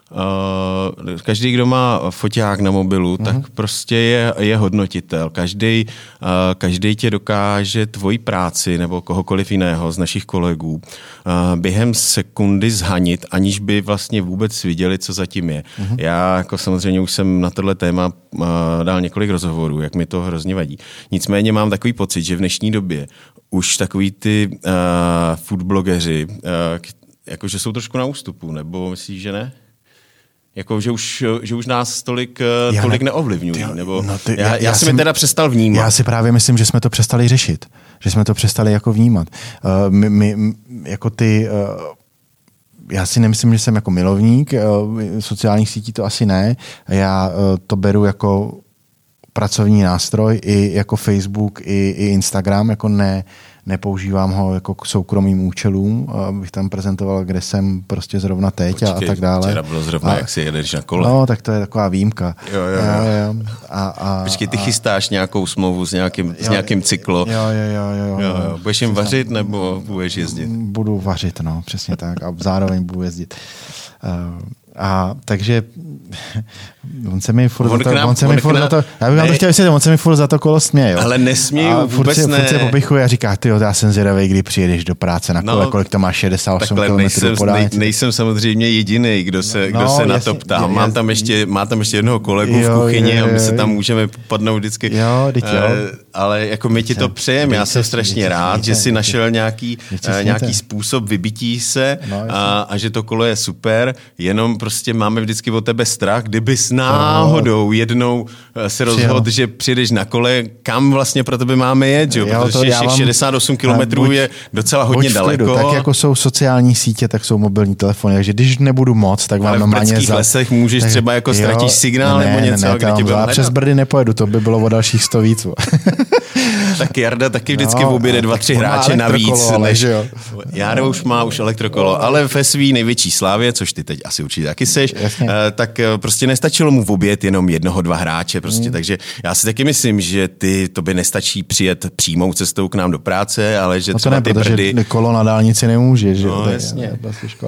Uh, každý, kdo má foťák na mobilu, uh-huh. tak prostě je, je hodnotitel. Každý, uh, každý tě dokáže tvoji práci nebo kohokoliv jiného z našich kolegů uh, během sekundy zhanit, aniž by vlastně vůbec viděli, co zatím je. Uh-huh. Já jako samozřejmě už jsem na tohle téma uh, dal několik rozhovorů, jak mi to hrozně vadí. Nicméně mám takový pocit, že v dnešní době už takový ty uh, foodblogeři, uh, jakože jsou trošku na ústupu, nebo myslíš, že ne? Jako, že už, že už nás tolik, tolik ne, neovlivňují. Nebo no ty, já, já, já jsem je teda přestal vnímat. Já si právě myslím, že jsme to přestali řešit. Že jsme to přestali jako vnímat. Uh, my, my, jako ty... Uh, já si nemyslím, že jsem jako milovník uh, sociálních sítí, to asi ne. Já uh, to beru jako pracovní nástroj, i jako Facebook, i, i Instagram, jako ne... nepoužívám ho jako k soukromým účelům, abych tam prezentoval, kde jsem prostě zrovna teď. Počkej, a, a tak dále. Včera bylo zrovna, a, jak si jedeš na kole. No, tak to je taková výjimka. Jo, jo, jo. jo. A, a, Počkej, ty chystáš nějakou smlouvu s nějakým, jo, s nějakým cyklo. Jo, jo, jo. jo, jo. jo. Budeš jim vařit, nebo budeš jezdit? Budu vařit, no, přesně tak. A zároveň budu jezdit. Uh, A takže on se mi furt on za to, nám, on se mi furt za to, já bych vám to chtěl vysvětlit, on se mi furt za to kolo směje. Ale nesměju, a vůbec furt ne. Furt se popichuje a říká, tyjo, já jsem zvědavej, kdy přijedeš do práce na kole, no, kolik to má šedesát osm kilometrů po dálnici. Nejsem samozřejmě jediný, kdo se, no, kdo se no, na to ptá. Jasný, mám tam ještě, má tam ještě jednoho kolegu jo, v kuchyni jo, jo, jo. a my se tam můžeme padnout vždycky. Jo, teď jo. Ale jako my ti to přejeme, já jsem strašně rád, že jsi našel nějaký, nějaký způsob vybití se a že to kolo je super, jenom prostě máme vždycky o tebe strach, kdybys náhodou jednou se rozhodl, že přijdeš na kole, kam vlastně pro tebe máme jet, jo? Protože to, těch šedesát osm kilometrů je docela hodně daleko. Tak jako jsou sociální sítě, tak jsou mobilní telefony, takže když nebudu moc, tak vám normálně... Ale v brdských za... lesech můžeš tak, třeba jako ztratíš signál ne, nebo něco, ne, ne, kde tě budeme přes Brdy nepojedu, to by bylo o dalších sto víc. Tak Jarda taky vždycky no, objede dva, tři hráče navíc. Než... Jarda už má už elektrokolo, ale ve svý největší slávě, což ty teď asi určitě taky seš, uh, tak uh, prostě nestačilo mu v oběd jenom jednoho, dva hráče. Prostě. Mm. Takže já si taky myslím, že ty tobě nestačí přijet přímou cestou k nám do práce, ale že no třeba ne, ty Brdy... kolo na dálnici nemůže. Že? No, jasně.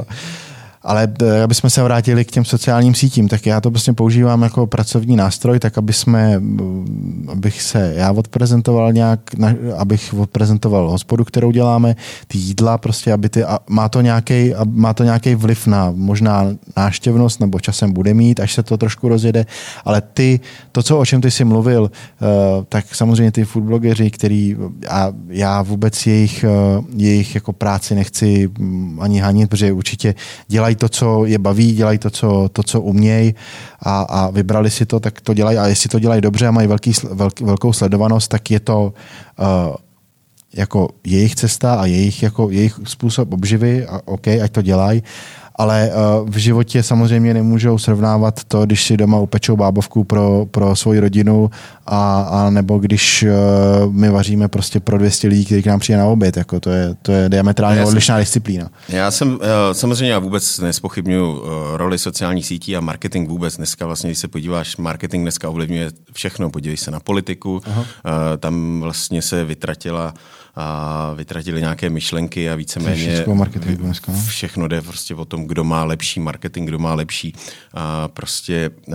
Ale aby jsme se vrátili k těm sociálním sítím, tak já to prostě používám jako pracovní nástroj, tak aby jsme, abych se já odprezentoval nějak, abych odprezentoval hospodu, kterou děláme, ty jídla prostě, aby ty, a má to nějaký, má to nějaký vliv na možná návštěvnost, nebo časem bude mít, až se to trošku rozjede, ale ty, to, co, o čem ty jsi mluvil, tak samozřejmě ty foodblogeři, který, a já vůbec jejich, jejich jako práci nechci ani hanit, protože určitě dělají to, co je baví, dělají to, co, to, co umějí a, a vybrali si to, tak to dělají. A jestli to dělají dobře a mají velký, velký, velkou sledovanost, tak je to uh, jako jejich cesta a jejich, jako jejich způsob obživy a OK, ať to dělají. Ale uh, v životě samozřejmě nemůžou srovnávat to, když si doma upečou bábovku pro, pro svoji rodinu a, a nebo když uh, my vaříme prostě pro dvě stě lidí, kteří k nám přijde na oběd. Jako to, je, to je diametrálně odlišná disciplína. Já jsem, uh, samozřejmě já vůbec nespochybnuju uh, roli sociálních sítí a marketing vůbec. Dneska vlastně, když se podíváš, marketing dneska ovlivňuje všechno. Podívej se na politiku, uh, tam vlastně se vytratila a vytratili nějaké myšlenky a víceméně všechno jde prostě o tom, kdo má lepší marketing, kdo má lepší a prostě a,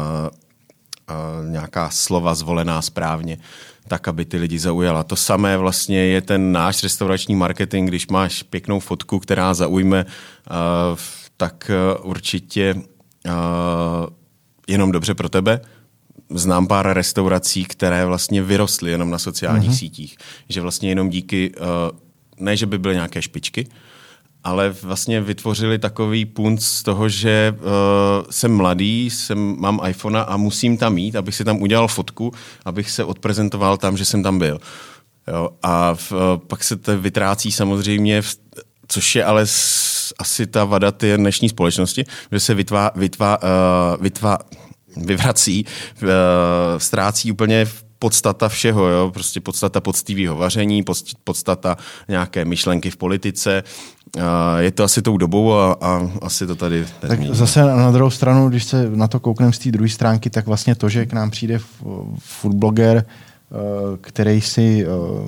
a nějaká slova zvolená správně, tak, aby ty lidi zaujala. To samé vlastně je ten náš restaurační marketing, když máš pěknou fotku, která zaujme, a, tak určitě a, jenom dobře pro tebe. Znám pár restaurací, které vlastně vyrostly jenom na sociálních uh-huh. sítích. Že vlastně jenom díky, ne, že by byly nějaké špičky, ale vlastně vytvořili takový punt z toho, že uh, jsem mladý, jsem, mám iPhone a musím tam jít, abych si tam udělal fotku, abych se odprezentoval tam, že jsem tam byl. Jo, a v, uh, pak se to vytrácí samozřejmě, v, což je ale s, asi ta vada té dnešní společnosti, že se vytvá, vytvá, uh, vytvá, vyvrací, uh, ztrácí úplně podstata všeho, jo? Prostě podstata poctivého vaření, podstata nějaké myšlenky v politice je to asi tou dobou a, a asi to tady nezmění. Tak zase na druhou stranu, když se na to koukneme z té druhé stránky, tak vlastně to, že k nám přijde foodbloger, který si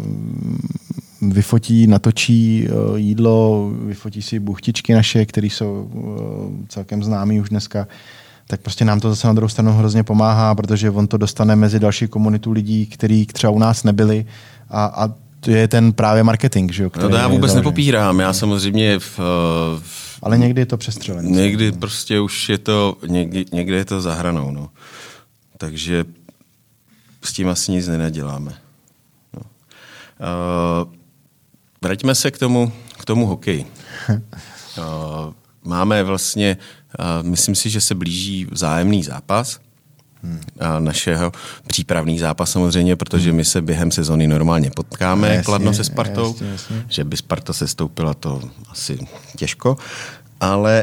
vyfotí, natočí jídlo, vyfotí si buchtičky naše, které jsou celkem známý už dneska, tak prostě nám to zase na druhou stranu hrozně pomáhá, protože on to dostane mezi další komunitu lidí, kteří třeba u nás nebyli a, a to je ten právě marketing, že jo? No to já vůbec nepopírám, já samozřejmě v, v ale někdy je to přestřelené. Někdy prostě už je to, někdy, někdy je to za hranou, no. Takže s tím asi nic nenaděláme. No. Uh, vraťme se k tomu, k tomu hokeji. uh, máme vlastně, uh, myslím si, že se blíží vzájemný zápas, Hmm. našeho přípravný zápas samozřejmě, protože my se během sezony normálně potkáme, jasně, Kladno se Spartou, jasně, jasně. Že by Sparta se stoupila, to asi těžko, ale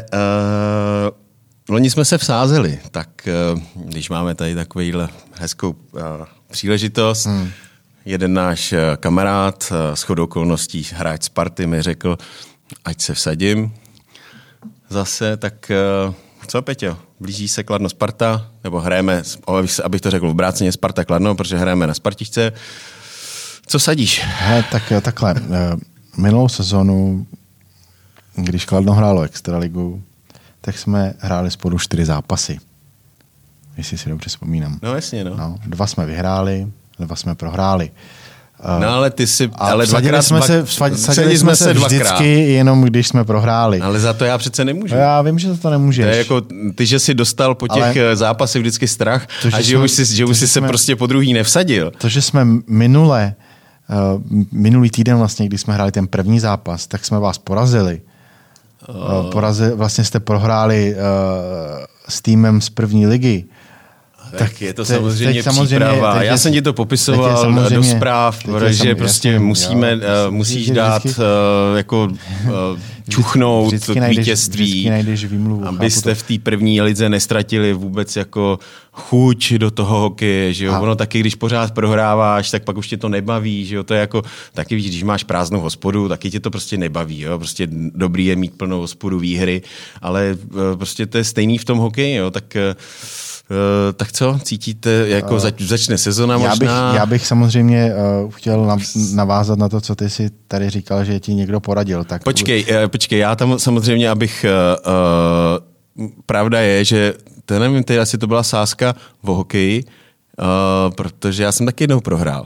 uh, loni jsme se vsázeli, tak uh, když máme tady takovýhle hezkou uh, příležitost, hmm. jeden náš uh, kamarád, uh, shodou okolností hráč Sparty mi řekl, ať se vsadím zase, tak uh, co, Peťo? Blíží se Kladno Sparta, nebo hrajeme, abych to řekl obráceně, Sparta Kladno, protože hrajeme na Spartičce. Co sadíš? Hele, tak takhle. Minulou sezonu, když Kladno hrálo Extraligu, tak jsme hráli spolu čtyři zápasy. Jestli si dobře vzpomínám. No jasně, no. no. Dva jsme vyhráli, dva jsme prohráli. No ale ty si... A ale dvakrát jsme se, vsadili jsme se vždycky dvakrát. Jenom když jsme prohráli. Ale za to já přece nemůžu. Já vím, že to nemůžeš. To je jako ty, že jsi dostal po těch ale zápasech vždycky strach to, a že jsme, už jsi, že už jsi se jsme, prostě po druhý nevsadil. To, že jsme minule, uh, minulý týden vlastně, když jsme hráli ten první zápas, tak jsme vás porazili. Oh. Uh, porazili vlastně jste prohráli uh, s týmem z první ligy. Tak, tak je to te, samozřejmě příprava. Já jsem ti to popisoval do zpráv, že prostě jasný, musíme, jo, uh, musíš vždycky, dát uh, jako uh, čuchnout vždycky to vítězství, abyste v té první lize nestratili vůbec jako chuť do toho hokeje, že jo. A ono taky, když pořád prohráváš, tak pak už tě to nebaví, že jo. To je jako, taky víš, když máš prázdnou hospodu, taky tě to prostě nebaví, jo. Prostě dobrý je mít plnou hospodu výhry, ale uh, prostě to je stejný v tom hokeji, jo. Tak Uh, tak co? Cítíte, jako uh, zač, začne sezona já možná? Bych, já bych samozřejmě uh, chtěl navázat na to, co ty si tady říkal, že ti někdo poradil. Tak... Počkej, uh, počkej, já tam samozřejmě, abych... Uh, uh, pravda je, že to nevím, teď asi to byla sázka o hokeji, uh, protože já jsem taky jednou prohrál.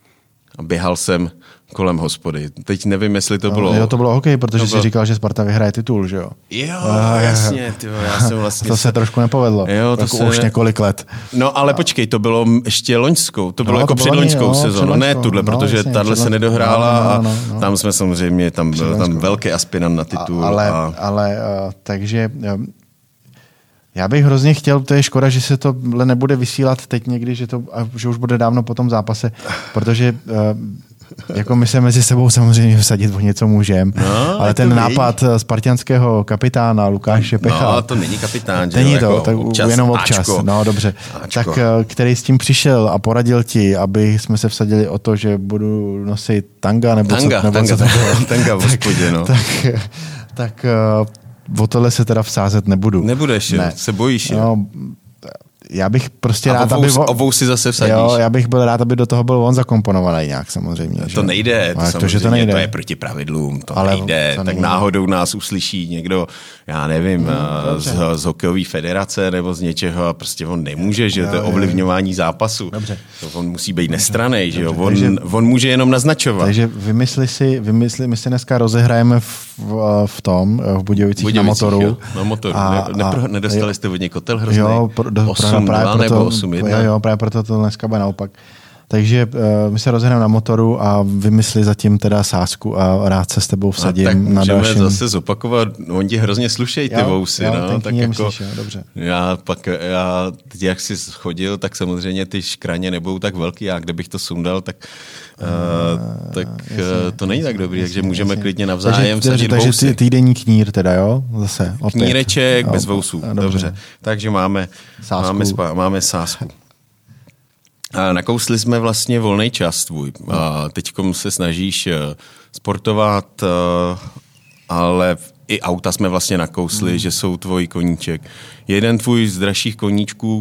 A běhal jsem kolem hospody. Teď nevím, jestli to bylo... Jo, to bylo hokej, protože to jsi bylo... říkal, že Sparta vyhraje titul, že jo? Jo, uh, jasně, tyjo, já jsem vlastně... To se trošku nepovedlo, jo, to jako se... už několik let. No, ale počkej, to bylo ještě loňskou, to bylo no, jako to před loňskou sezónu, ne tuhle, no, protože jasně, tahle se nedohrála no, no, no, no. a tam jsme samozřejmě, tam byl tam velký aspirant na titul. A, ale, a... ale uh, takže... Um, já bych hrozně chtěl, to je škoda, že se tohle nebude vysílat teď někdy, že, to, že už bude dávno po tom zápase, protože uh, jako my se mezi sebou samozřejmě vsadit o něco můžeme, no, ale ten nápad víš. Spartianského kapitána Lukáše Pecha. No, to není kapitán, že není jo, to, jako tak občas, jenom občas, áčko. No dobře. Áčko. Tak který s tím přišel a poradil ti, aby jsme se vsadili o to, že budu nosit tanga, nebo tanga, co, nebo tanga, co to bylo. Tanga v hospodě, no. Tak, tak, tak o tohle se teda vsázet nebudu. Nebudeš, ne. Se bojíš, jo? No, já bych prostě a rád, obou, aby... Obou si zase vsadíš. Jo, já bych byl rád, aby do toho byl on zakomponovaný nějak samozřejmě. To že? nejde, to, samozřejmě, to, že to nejde, to je proti pravidlům, to ale nejde. To tak nejde. Náhodou nás uslyší někdo, já nevím, hmm, z, z hokejové federace nebo z něčeho a prostě on nemůže, že jo, to je ovlivňování zápasu. Dobře. To on musí být nestranný, že jo, on, takže, on může jenom naznačovat. Takže vymysli si, vymysli, my si dneska rozehrajeme v, v tom, v Budějovicích na motoru. Jo, na motoru. A, ne, nepro, nedostali jste od něj kotel hrozný? Jo, pro, do, osm dva nebo osm jedna. Jo, jo, právě proto to dneska bude naopak. Takže uh, my se rozhrneme na motoru a vymysli zatím teda sázku a rád se s tebou vsadím. A tak na dalším... můžeme zase zopakovat, on ti hrozně slušej, ty jo, vousy. Jo, no, tak jako, myslíš, jo, dobře. Já pak, já, teď jak jsi chodil, tak samozřejmě ty škraně nebudou tak velký a kdybych to sundal, tak, uh, tak jasně, to není tak dobrý, jasně, takže můžeme jasně. klidně navzájem takže, vsadit takže vousy. Takže týdenní knír teda, jo? Zase, opět. Kníreček jo, bez vousů, dobře. dobře. Takže máme sázku. Máme, spa, máme sázku. A nakousli jsme vlastně volný čas tvůj. A teďkom se snažíš sportovat ale i auta jsme vlastně nakousli, hmm. že jsou tvůj koníček. Jeden tvůj z dražších koníčků,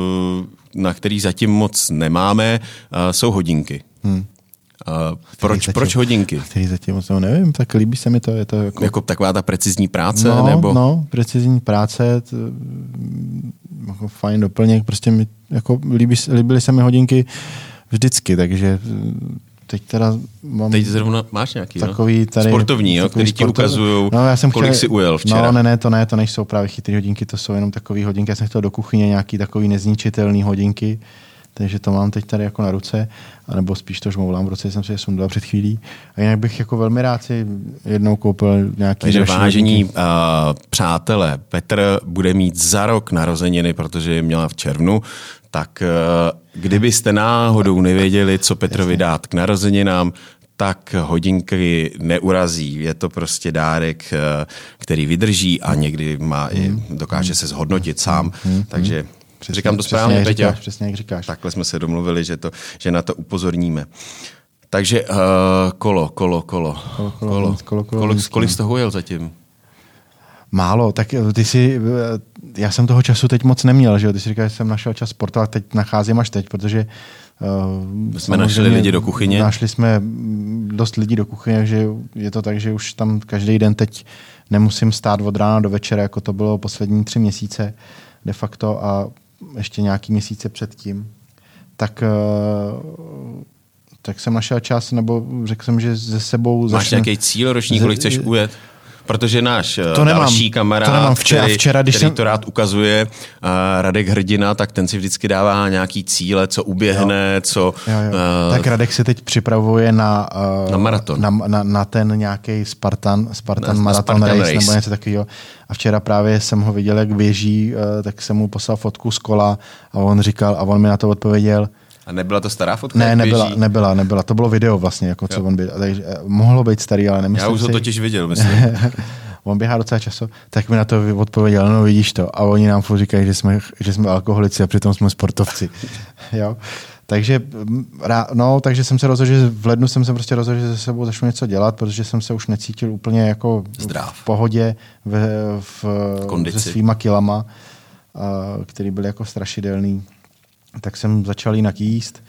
na který zatím moc nemáme, jsou hodinky. Hmm. Proč, zatím, proč hodinky? Který zatím moc nevím, tak líbí se mi to. Je to jako... jako taková ta precizní práce? No, nebo? no precizní práce, to, jako fajn doplněk, prostě mi, jako líbí, líbily se mi hodinky vždycky, takže teď teda mám... Teď zrovna máš nějaký, takový tady, sportovní, jo, který ti ukazují, no, kolik chtěl, jsi ujel včera. No ne, ne, to ne, to nejsou právě chytrý hodinky, to jsou jenom takový hodinky. Já jsem chtěl do kuchyně nějaký takový nezničitelný hodinky, takže to mám teď tady jako na ruce, anebo spíš to žmoulám v ruce, jsem si je sundal před chvílí. A jinak bych jako velmi rád si jednou koupil nějaký... Takže vážení uh, přátelé, Petr bude mít za rok narozeniny, protože je měla v červnu, tak uh, kdybyste náhodou nevěděli, co Petrovi dát k narozeninám, tak hodinky neurazí. Je to prostě dárek, uh, který vydrží a někdy má i, dokáže se zhodnotit sám. Takže přesně, říkám to správně, Peťa? Přesně jak říkáš. Takhle jsme se domluvili, že, to, že na to upozorníme. Takže uh, kolo, kolo, kolo. Kolo, kolo, kolo. kolo, kolo kolik, kolik jsi toho jel zatím? Málo, tak ty si, já jsem toho času teď moc neměl, že jo? Ty si říkal, že jsem našel čas sportovat, teď nacházím až teď, protože uh, jsme našli lidi do kuchyně. Našli jsme dost lidí do kuchyně, že je to tak, že už tam každý den teď nemusím stát od rána do večera, jako to bylo poslední tři měsíce de facto a ještě nějaký měsíce předtím. Tak uh, tak jsem našel čas, nebo řekl jsem, že ze sebou... Máš začne... nějaký cíl roční, kolik chceš ujet? Protože náš to nemám, další kamarád, to nemám včera, který, včera, když který jsem... to rád ukazuje, uh, Radek Hrdina, tak ten si vždycky dává nějaký cíle, co uběhne, jo. co... Jo, jo. Uh, tak Radek se teď připravuje na... Uh, na maraton. Na, na, na ten nějaký Spartan, Spartan na, Marathon na race, race, nebo něco takového. A včera právě jsem ho viděl, jak běží, uh, tak jsem mu poslal fotku z kola a on říkal, a on mi na to odpověděl. A nebyla to stará fotka? Ne, nebyla, nebyla, nebyla. To bylo video vlastně, jako co jo. on byl. Takže mohlo být starý, ale nemyslím. Já už si... ho totiž viděl, myslím. On běhá docela často, tak mi na to odpověděl, no vidíš to. A oni nám furt říkají, že jsme, že jsme alkoholici a přitom jsme sportovci. Jo? Takže, no, takže jsem se rozhodl, že v lednu jsem se prostě rozhodl, že se sebou začnu něco dělat, protože jsem se už necítil úplně jako Zdrav. v pohodě v, v, se svýma kilama, který byly jako strašidelný. Tak jsem začal jinak jíst.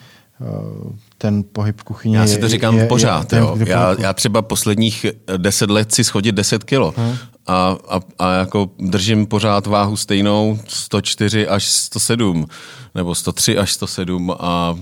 Ten pohyb v kuchyni... Já si to říkám je, pořád. Je, jo. Ten, já, já třeba posledních deset let si schodit deset kilo. Hmm. A, a, a jako držím pořád váhu stejnou sto čtyři až sto sedm. Nebo sto tři až sto sedm. A,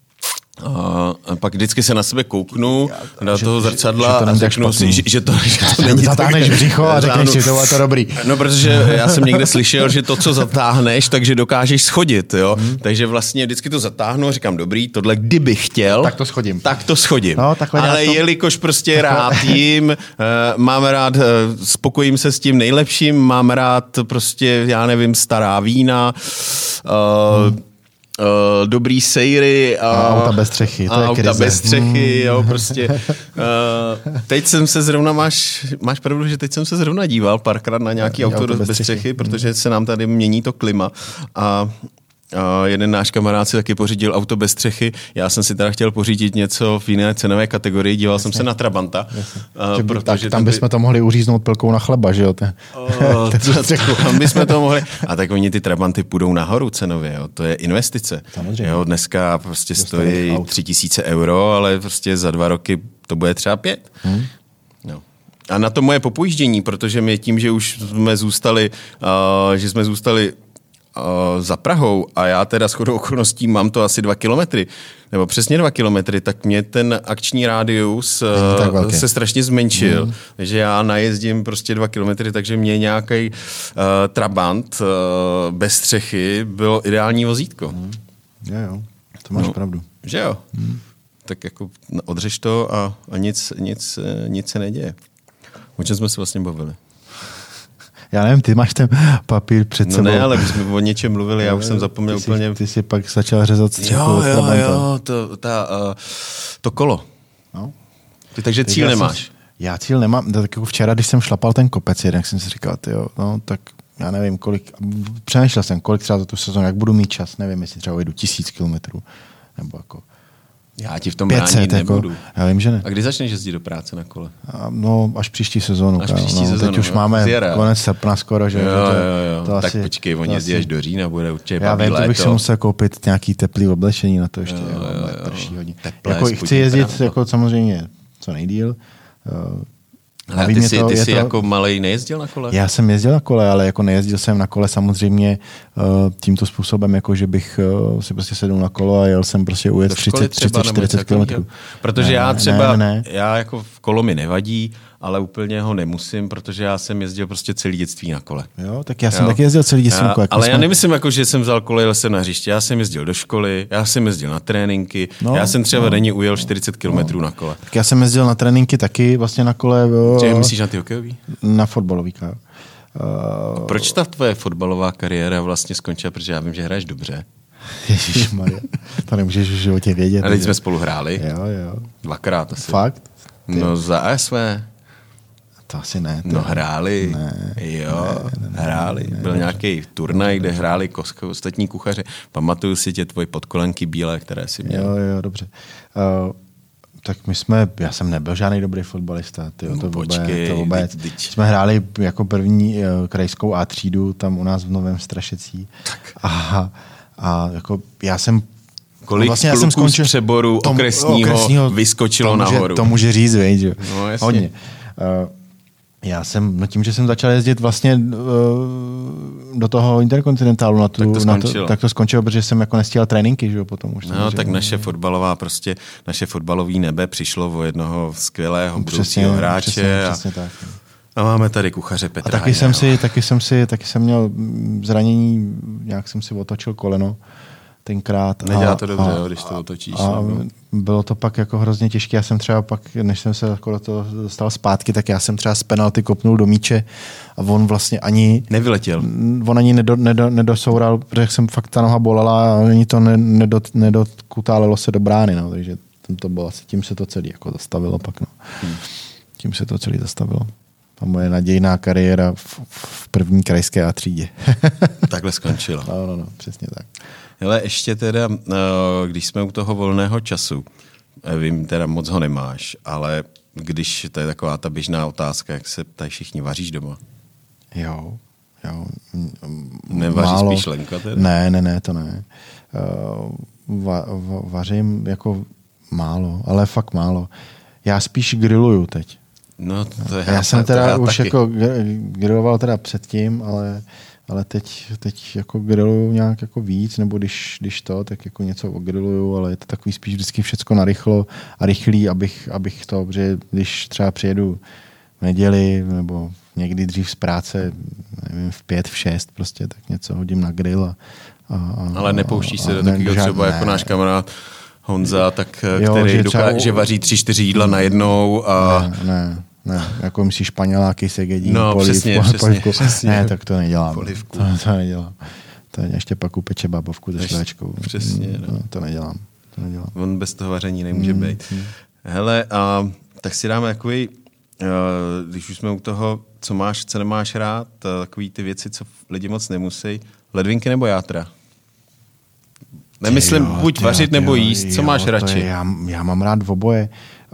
a, a pak vždycky se na sebe kouknu do toho zrcadla že, že a řeknu si, že, že to, že to není tak. Zatáhneš břicho a řekneš si, to je to dobrý. No, protože já jsem někde slyšel, že to, co zatáhneš, takže dokážeš schodit. Jo? Hmm. Takže vlastně vždycky to zatáhnu a říkám, dobrý, tohle kdybych chtěl, tak to schodím. Tak to schodím. No, ale to... jelikož prostě rád jím, uh, mám rád, uh, spokojím se s tím nejlepším, mám rád prostě, já nevím, stará vína, uh, hmm. Uh, dobrý sejry a, a auta bez střechy, to a je auta krize. bez střechy, mm. jo, prostě. Uh, teď jsem se zrovna, máš, máš pravdu, že teď jsem se zrovna díval párkrát na nějaký auto, auto bez, bez střechy, střechy, protože se nám tady mění to klima a Uh, jeden náš kamarád si taky pořídil auto bez střechy. Já jsem si teda chtěl pořídit něco v jiné cenové kategorii. Díval Jasně. jsem se na Trabanta. Uh, protože tak, tam bychom by... to mohli uříznout pilkou na chleba, že jo? Ten, oh, ten tam bychom to mohli. A tak oni ty Trabanty půjdou nahoru cenově. Jo? To je investice. Jo, dneska prostě stojí tři tisíce euro, ale prostě za dva roky to bude třeba pět. Hmm. No. A na to moje popůjždění, protože my tím, že už jsme zůstali, uh, že jsme zůstali Uh, za Prahou a já teda shodou okolností mám to asi dva kilometry, nebo přesně dva kilometry, tak mě ten akční rádius uh, se strašně zmenšil. Mm. Takže já najezdím prostě dva kilometry, takže mě nějaký uh, Trabant uh, bez střechy bylo ideální vozítko. Mm. Jo, jo, to máš no, pravdu. Že jo? Mm. Tak jako odřeš to a, a nic, nic, nic se neděje. O čem jsme se vlastně bavili? Já nevím, ty máš ten papír před no sebou. No ne, ale my jsme o něčem mluvili, já už jsem zapomněl ty úplně. Jsi, ty jsi pak začal řezat střechu. Jo, jo, jo, to, ta, uh, to kolo. No. Ty takže cíl já nemáš? Jsem, já cíl nemám. Tak jako včera, když jsem šlapal ten kopec, jak jsem si říkal, tyjo, no tak já nevím, kolik, přemýšlel jsem, kolik třeba za tu sezónu, jak budu mít čas, nevím, jestli třeba ujdu tisíc kilometrů, nebo jako, Já ti v tom pět set, bránit jako, nebudu. Já vím, že ne. A kdy začneš jezdit do práce na kole? A, no, až příští sezónu. Až příští no, sezónu. Teď už no, máme zjera. konec srpna skoro, že? Jo, že to, jo, jo. To tak asi, počkej, on to jezdí asi, až do října, bude určitě já baví vím, to bych si léto. musel koupit nějaký teplý oblečení na to ještě. Jo, jo, jo, jo, jo. prší hodně. Teplé, Jako, chci spodní jezdit prádlo. jako samozřejmě co nejdýl. Ale ty jsi, ty jsi to... jako malej nejezdil na kole? Já jsem jezdil na kole, ale jako nejezdil jsem na kole samozřejmě uh, tímto způsobem, jako že bych uh, si prostě sedl na kolo a jel jsem prostě ujet třicet, třicet, čtyřicet kilometrů. Protože ne, já třeba, ne, ne. já jako v kolo mi nevadí, ale úplně ho nemusím, protože já jsem jezdil prostě celý dětství na kole. Jo, tak já jsem jo. taky jezdil celý dětství na kole. Ale jsme... já nemyslím, jako, že jsem vzal kole, jel jsem na hřiště. Já jsem jezdil do školy, já jsem jezdil na tréninky, no, já jsem třeba no, denně ujel čtyřicet kilometrů no. na kole. Tak já jsem jezdil na tréninky taky vlastně na kole. Čiže myslíš na ty hokejový? Na fotbalový, jo. Uh... Proč ta tvoje fotbalová kariéra vlastně skončila? Protože já vím, že hraješ dobře. Ježišmarja, to nemůžeš v životě vědět. A teď jsme spolu hráli. Jo, jo. Dvakrát asi. Fakt? Ty. No za A S V. To asi ne. No hráli, ne, jo, ne, ne, hráli. Ne, Byl ne, nějaký turnaj, kde hráli kosko, ostatní kuchaři. Pamatuju si tě tvoje podkolenky bílé, které jsi měl. Jo, jo, dobře. Uh, tak my jsme, já jsem nebyl žádný dobrý fotbalista. Tyjo, to, Počkej, to vůbec. Dyť, dyť. Jsme hráli jako první uh, krajskou A třídu tam u nás v Novém Strašecí. A, a jako já jsem Kolik vlastně kluků já jsem skončil, z přeboru tom, okresního, okresního vyskočilo to může, nahoru? To může říct, veď, že? No, jasně. Hodně. Uh, já jsem, no tím, že jsem začal jezdit vlastně uh, do toho Interkontinentálu na tu, tak to na skončilo. to, tak to skončilo, protože jsem jako nestíhal tréninky, že jo, potom už. No, tak naše fotbalová prostě, naše fotbalový nebe přišlo o jednoho skvělého budoucího hráče. Přesně, a, přesně tak. a máme tady kuchaře Petra. A taky Hajna, jsem si, taky jsem si, taky jsem měl zranění, nějak jsem si otočil koleno tenkrát. Nedělá to dobře, a, jo, když to otočíš. A no. Bylo to pak jako hrozně těžké. Já jsem třeba pak, než jsem se jako do toho dostal zpátky, tak já jsem třeba z penalty kopnul do míče a on vlastně ani... Nevyletěl. On ani nedo, nedo, nedosoural, protože jsem fakt ta noha bolela a ani to nedot, nedotkutálelo se do brány. No, takže to bylo asi, tím se to celé jako zastavilo pak. No. Hmm. Tím se to celé zastavilo. A moje nadějná kariéra v, v první krajské A třídě. Takhle skončila. No, no, no, přesně tak. Hele, ještě teda, když jsme u toho volného času, vím, teda moc ho nemáš, ale když, to je taková ta běžná otázka, jak se ptají všichni, vaříš doma? Jo, jo. Nevaříš málo. spíš Lenka teda? Ne, ne, ne, to ne. Va, va, vařím jako málo, ale fakt málo. Já spíš griluju teď. No, to je já, já jsem teda já už taky. jako griloval teda předtím, ale, ale teď, teď jako griluju nějak jako víc, nebo když, když to, tak jako něco ogriluju, ale je to takový spíš vždycky všecko narychlo a rychlý, abych, abych to, protože když třeba přijedu v neděli nebo někdy dřív z práce, nevím, v pět, v šest prostě, tak něco hodím na grill. A, a, ale nepouštíš a, se a, do takového třeba ne. jako náš kamarád Honza, tak, jo, který že, doká- třeba... že vaří tři, čtyři jídla najednou a... Ne, ne, ne, jako myslíš španěláky, segedí, no, poliv, přesně, poliv, přesně, polivku. přesně. Ne, tak to nedělám. Polivku. To, to nedělám. To ještě pak upeče bábovku se šlehačkou. Přesně, no. no. To nedělám. To nedělám. On bez toho vaření nemůže mm, být. Mm. Hele, a tak si dáme takový, uh, když už jsme u toho, co máš, co nemáš rád, takový ty věci, co lidi moc nemusí. Ledvinky nebo játra? Nemyslím jo, buď tyjo, vařit tyjo, nebo jíst, co jo, máš radši? Je, já, já mám rád v oboje.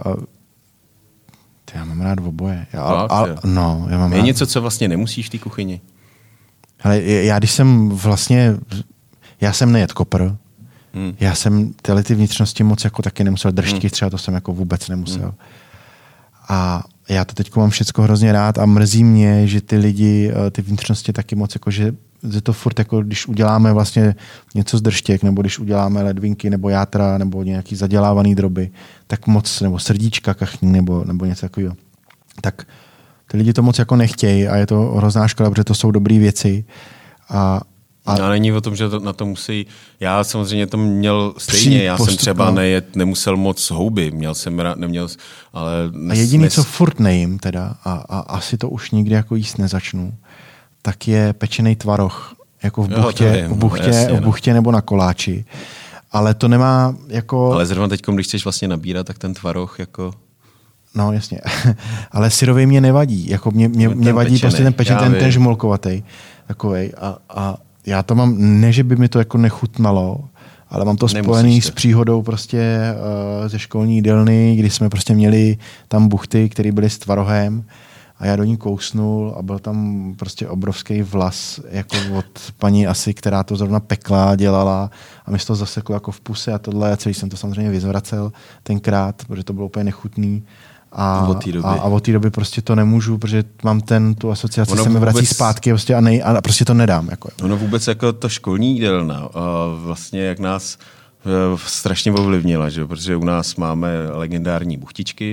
Já mám rád v oboje. Já, Fakt, a, no, já mám je rád. něco, co vlastně nemusíš v té kuchyni? Hele, já když jsem vlastně, já jsem nejet kopr, hmm. já jsem tyhle ty vnitřnosti moc jako taky nemusel, držky hmm. třeba to jsem jako vůbec nemusel. Hmm. A já to teď mám všecko hrozně rád a mrzí mě, že ty lidi, ty vnitřnosti taky moc jako, že je to furt jako, když uděláme vlastně něco z držtěk, nebo když uděláme ledvinky, nebo játra, nebo nějaký zadělávaný droby, tak moc, nebo srdíčka kachní, nebo, nebo něco takového. Tak ty lidi to moc jako nechtějí a je to hrozná škoda, protože to jsou dobré věci. A, a no, není o tom, že to, na to musí... Já samozřejmě to měl stejně. Já postup, jsem třeba no. nejet, nemusel moc houby. Měl jsem, neměl, ale... Nes, a jediný, nes... co furt nejím teda, a, a asi to už nikdy jako jíst nezačnu, tak je pečený tvaroh. Jako v buchtě, jo, vím, v buchtě, jasně, v buchtě nebo na koláči. Ale to nemá jako... Ale zrovna teď, když chceš vlastně nabírat, tak ten tvaroh jako... No, jasně. Ale syrový mě nevadí. Jako mě, mě, mě vadí pečený. Prostě ten pečený, ten, ten žmolkovatý. Takovej. A, a já to mám, ne, že by mi to jako nechutnalo, ale mám to spojený s příhodou prostě uh, ze školní jídelny, kdy jsme prostě měli tam buchty, které byly s tvarohem a já do ní kousnul a byl tam prostě obrovský vlas jako od paní asi, která to zrovna pekla, dělala a mi to zaseklo jako v puse a tohle a celý jsem to samozřejmě vyzvracel tenkrát, protože to bylo úplně nechutný. A od té doby. A, a od té doby prostě to nemůžu, protože mám ten, tu asociaci, ono se mi vrací vůbec zpátky prostě a, nej, a prostě to nedám. Jako. Ono vůbec jako to školní jídelna, vlastně jak nás strašně ovlivnila, že? Protože u nás máme legendární buchtičky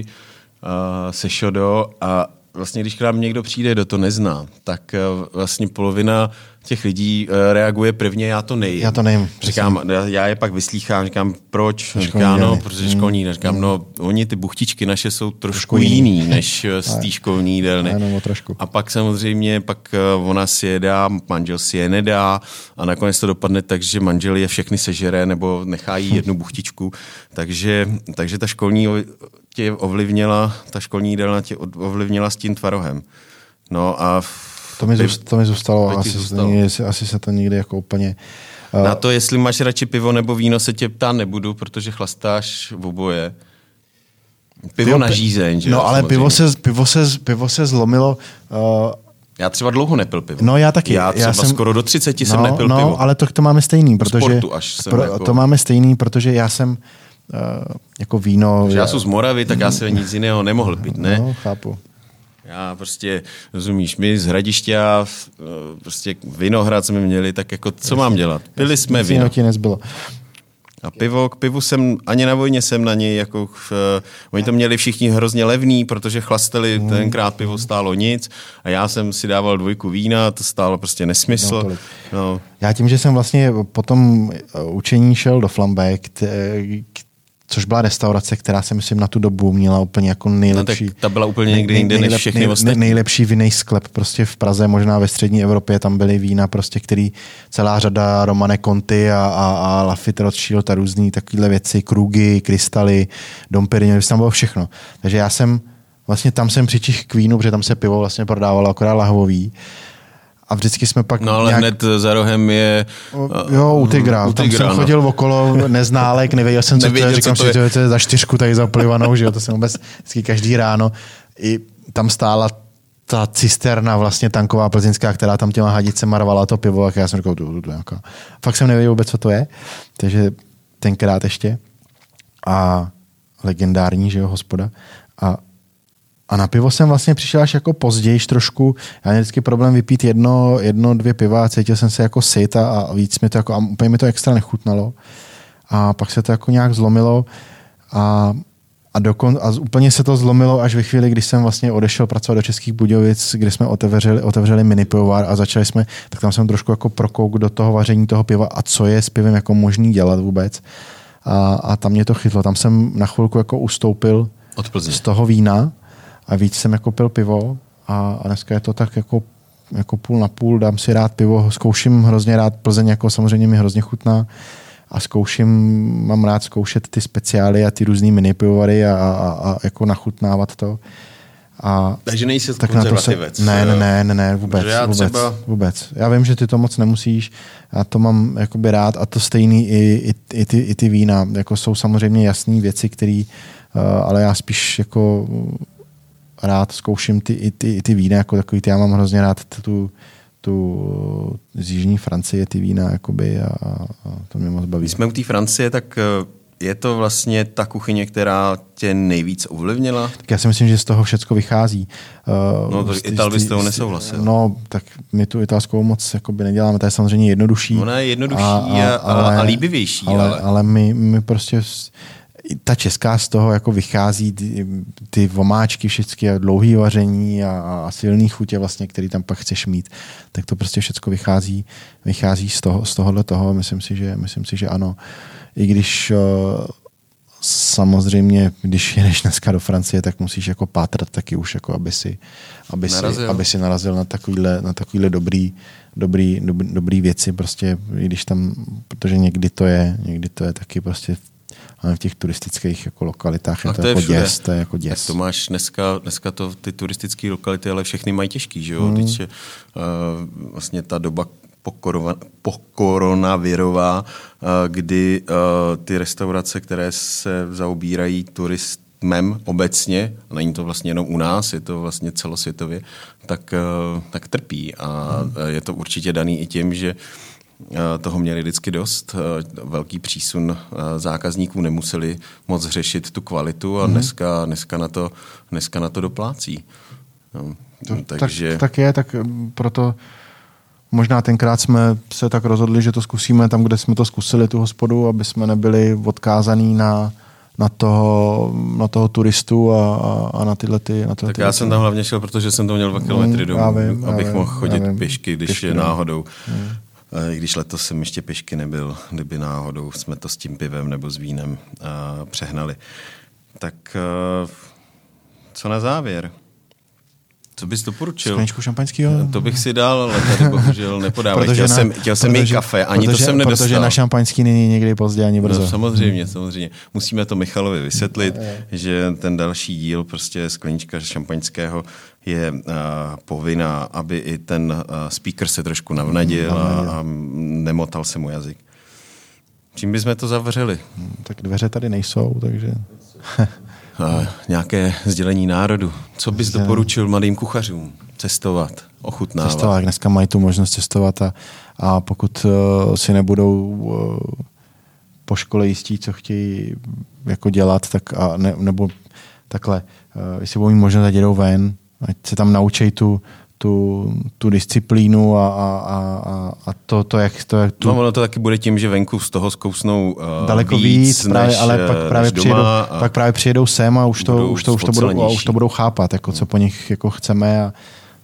se šodo a vlastně když k nám někdo přijde, kdo to nezná, tak vlastně polovina těch lidí reaguje prvně, já to nejím. Já to nejím. Říkám, já je pak vyslýchám, říkám, proč? Říkám, no, protože školní. Mm. Říkám, no, oni ty buchtičky naše jsou trošku, trošku jiný, než z té školní jídelny. A pak samozřejmě, pak ona si je dá, manžel si je nedá a nakonec to dopadne tak, že manžel je všechny sežere nebo nechá jí jednu buchtičku. Takže, takže ta školní tě ovlivnila, ta školní jídelna tě ovlivnila s tím tvarohem. No a To mi, zůst, to mi zůstalo, asi, zůstalo. Se, asi se to nikdy jako úplně... Uh... Na to, jestli máš radši pivo nebo víno, se tě ptát nebudu, protože chlastáš v oboje. Pivo, pivo na žízeň, že? No, ale pivo se, pivo, se, pivo se zlomilo... Uh... Já třeba dlouho nepil pivo. No, já taky. Já třeba já jsem, skoro do třiceti no, jsem nepil no, pivo. No, ale to, to máme stejný, protože... Sportu až jsem pro, jako... To máme stejný, protože já jsem uh, jako víno... Že já jsem z Moravy, tak já se nic jiného nemohl pít, ne? No, chápu. Já prostě, rozumíš, my z Hradiště a prostě Vinohrad jsme měli, tak jako co mám dělat? Pili jsme víno. Ti nezbylo. A pivo, k pivu jsem, ani na vojně jsem na něj, jako, uh, oni to měli všichni hrozně levný, protože chlasteli, mm. tenkrát pivo stálo nic a já jsem si dával dvojku vína, to stálo prostě nesmysl. No, no. Já tím, že jsem vlastně po tom učení šel do Flambé, což byla restaurace, která si myslím na tu dobu měla úplně jako nejlepší. No, tak ta byla úplně někde jinde nej, než všechny nej, ostatní. Nejlepší vinný sklep prostě v Praze, možná ve střední Evropě, tam byly vína prostě, který celá řada Romane Conti a, a, a Lafite Rothschild a různý takovýhle věci, Krugy, Krystaly, Dom Pérignon, tam bylo všechno. Takže já jsem, vlastně tam jsem přičich k vínu, protože tam se pivo vlastně prodávalo akorát lahvový. A vždycky jsme pak... No ale nějak... hned za rohem je... Jo, u Tygra. Tam jsem no. chodil okolo neználek, nevěděl jsem, co nevěděl, to je. Říkám, co to je. že to je za čtyřku tady zaplivanou, že jo, to jsem vůbec vždycky každý ráno. I tam stála ta cisterna vlastně tanková plzeňská, která tam těma hadicema rvala to pivo, a já jsem říkal, tu, tu, tu, tu. Fakt jsem nevěděl vůbec, co to je. Takže tenkrát ještě. A legendární, že jo, hospoda. A A na pivo jsem vlastně přišel až jako později trošku. Já měl vždycky problém vypít jedno, jedno dvě piva a cítil jsem se jako syt a, a víc mi to jako, a úplně mi to extra nechutnalo. A pak se to jako nějak zlomilo a, a, dokon, a úplně se to zlomilo až ve chvíli, kdy jsem vlastně odešel pracovat do Českých Budějovic, kde jsme otevřeli, otevřeli mini pivovar a začali jsme, tak tam jsem trošku jako prokouk do toho vaření toho piva a co je s pivem jako možný dělat vůbec. A, a tam mě to chytlo. Tam jsem na chvilku jako ustoupil z toho vína a víc jsem jako pil pivo a, a dneska je to tak jako, jako půl na půl, dám si rád pivo, zkouším hrozně rád Plzeň, jako samozřejmě mi hrozně chutná a zkouším, mám rád zkoušet ty speciály a ty různý mini pivovary a, a, a jako nachutnávat to. A takže nejsi tak konzervativec. Se, ne, ne, ne, ne, ne, vůbec, já vůbec, třeba... vůbec. Já vím, že ty to moc nemusíš, já to mám jakoby rád a to stejný i, i, i, ty, i ty vína, jako jsou samozřejmě jasné věci, které, uh, ale já spíš jako rád zkouším ty, i, ty, i ty vína, jako takový, ty já mám hrozně rád tu, tu z jižní Francie, ty vína, jakoby, a, a to mě moc baví. Když jsme u té Francie, tak je to vlastně ta kuchyně, která tě nejvíc ovlivnila? Tak já si myslím, že z toho všecko vychází. No, to Ital by s toho nesouhlasil. No, tak my tu italskou moc jakoby neděláme, to je samozřejmě jednodušší. Ona je jednodušší a, a, a, ale, a líbivější. Ale, ale... ale my, my prostě... ta česká z toho jako vychází ty, ty vomáčky všechny a dlouhý vaření a, a silný chutě vlastně, který tam pak chceš mít, tak to prostě všechno vychází, vychází z toho, z tohohle toho. Myslím si, že, myslím si, že ano. I když uh, samozřejmě, když jedeš dneska do Francie, tak musíš jako pátrat taky už, jako aby si, aby si, aby si narazil na takovýhle, na takovýhle dobrý, dobrý, dobrý, dobrý věci, prostě, i když tam, protože někdy to je, někdy to je taky prostě ale v těch turistických jako lokalitách je to, to je jako děs, to je jako děs. Tak to máš dneska, dneska to, ty turistické lokality, ale všechny mají těžký, že jo? Hmm. Teď, uh, vlastně ta doba pokoronavirová, kdy ty restaurace, které se zaobírají turismem obecně, není to vlastně jenom u nás, je to vlastně celosvětově, tak, tak trpí. A je to určitě daný i tím, že toho měli vždycky dost. Velký přísun zákazníků, nemuseli moc řešit tu kvalitu a dneska, dneska, na, to, dneska na to doplácí. No, to, takže... tak, tak je, tak proto možná tenkrát jsme se tak rozhodli, že to zkusíme tam, kde jsme to zkusili, tu hospodu, aby jsme nebyli odkázaný na, na, toho, na toho turistu a, a na tyhle ty... Na tyhle tak ty já věci. jsem tam hlavně šel, protože jsem to měl dva kilometry domů, já vím, abych já vím, mohl chodit vím, pěšky, když pěšky, je náhodou. Hmm. I když letos jsem ještě pěšky nebyl, kdyby náhodou jsme to s tím pivem nebo s vínem uh, přehnali. Tak uh, co na závěr? Co bys doporučil? Skleničku šampaňského? To bych si dal, ale tady bohužel nepodávám. Chtěl, na, jsem, chtěl jsem mít kafe, ani protože, to jsem nedostal. Protože na šampaňský není někdy pozdě, ani brzo. No, samozřejmě, hmm. samozřejmě. Musíme to Michalovi vysvětlit, je, je. že ten další díl, prostě sklenička šampaňského, je uh, povinná, aby i ten uh, speaker se trošku navnadil hmm, a, a nemotal se mu jazyk. Čím bychom to zavřeli? Hmm, tak dveře tady nejsou, takže... Uh, nějaké sdělení národu. Co bys doporučil mladým kuchařům? Cestovat, ochutnávat? Cestovat, dneska mají tu možnost cestovat a, a pokud uh, si nebudou uh, po škole jistí, co chtějí jako dělat, tak a ne, nebo takhle, uh, jestli budou mít možnost, ať jedou ven, ať se tam naučí tu, tu, tu disciplínu a, a, a, a to, to, jak to... Jak tu... No, ono to taky bude tím, že venku z toho zkousnou uh, daleko víc, víc právě, než, ale pak právě, přijedou, pak právě přijedou sem a už to, už to, už to, budou, a už to budou chápat, jako, co po nich jako chceme a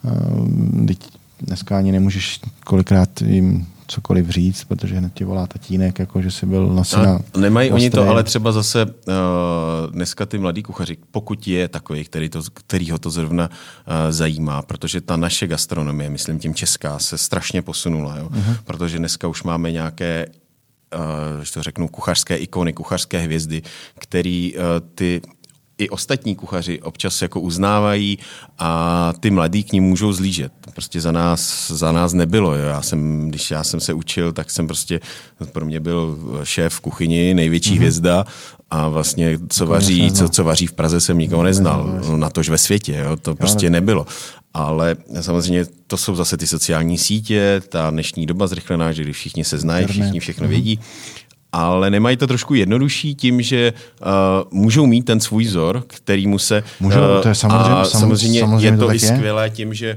uh, dneska ani nemůžeš kolikrát jim cokoliv říct, protože hned ti volá tatínek, jako že jsi byl na syna. Nemají oni to, ale třeba zase uh, dneska ty mladí kuchaři, pokud je takový, který, to, který ho to zrovna uh, zajímá, protože ta naše gastronomie, myslím tím česká, se strašně posunula, jo? Uh-huh. Protože dneska už máme nějaké, uh, že to řeknu, kuchařské ikony, kuchařské hvězdy, který uh, ty i ostatní kuchaři občas jako uznávají a ty mladí k ním můžou zlížet. Prostě za nás, za nás nebylo. Jo. Já jsem, když já jsem se učil, tak jsem prostě, pro mě byl šéf v kuchyni, největší mm-hmm. hvězda a vlastně co vaří, co, co vaří v Praze jsem nikoho neznal. No, natož ve světě, jo. To prostě nebylo. Ale samozřejmě to jsou zase ty sociální sítě, ta dnešní doba zrychlená, že když všichni se znají, všichni všechno vědí. Ale nemají to trošku jednodušší tím, že uh, můžou mít ten svůj vzor, který mu se... Můžou, to je samozřejmě, a samozřejmě, samozřejmě je to, to i je. skvělé tím, že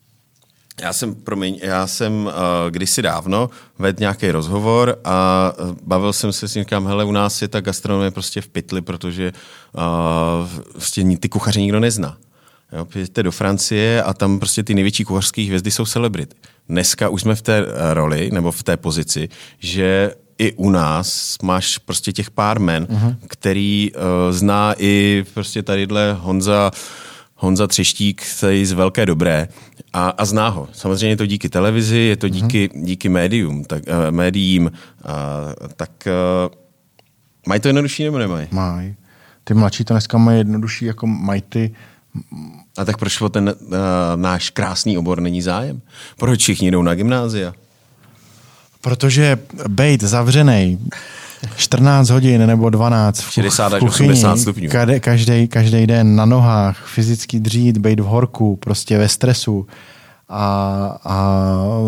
já jsem, promiň, já jsem uh, kdysi dávno vedl nějaký rozhovor a bavil jsem se s ním, říkám, hele, u nás je ta gastronomie prostě v pytli, protože uh, prostě ty kuchaře nikdo nezná. Jo, přijďte do Francie a tam prostě ty největší kuchařské hvězdy jsou celebrity. Dneska už jsme v té roli, nebo v té pozici, že i u nás máš prostě těch pár men, uh-huh. který uh, zná i prostě tadyhle Honza, Honza Třeštík, který z Velké Dobré a, a zná ho. Samozřejmě je to díky televizi, je to díky, uh-huh. díky médium, tak, uh, médiím. Uh, tak uh, mají to jednodušší nebo nemají? Mají. Ty mladší to dneska mají jednodušší, jako mají ty... A tak proč o ten uh, náš krásný obor není zájem? Proč všichni jdou na gymnázia? Protože bejt zavřenej čtrnáct hodin nebo dvanáct v, šedesát v až kuchyni, osmdesát stupňů. Každý, každý den na nohách, fyzicky dřít, bejt v horku, prostě ve stresu a, a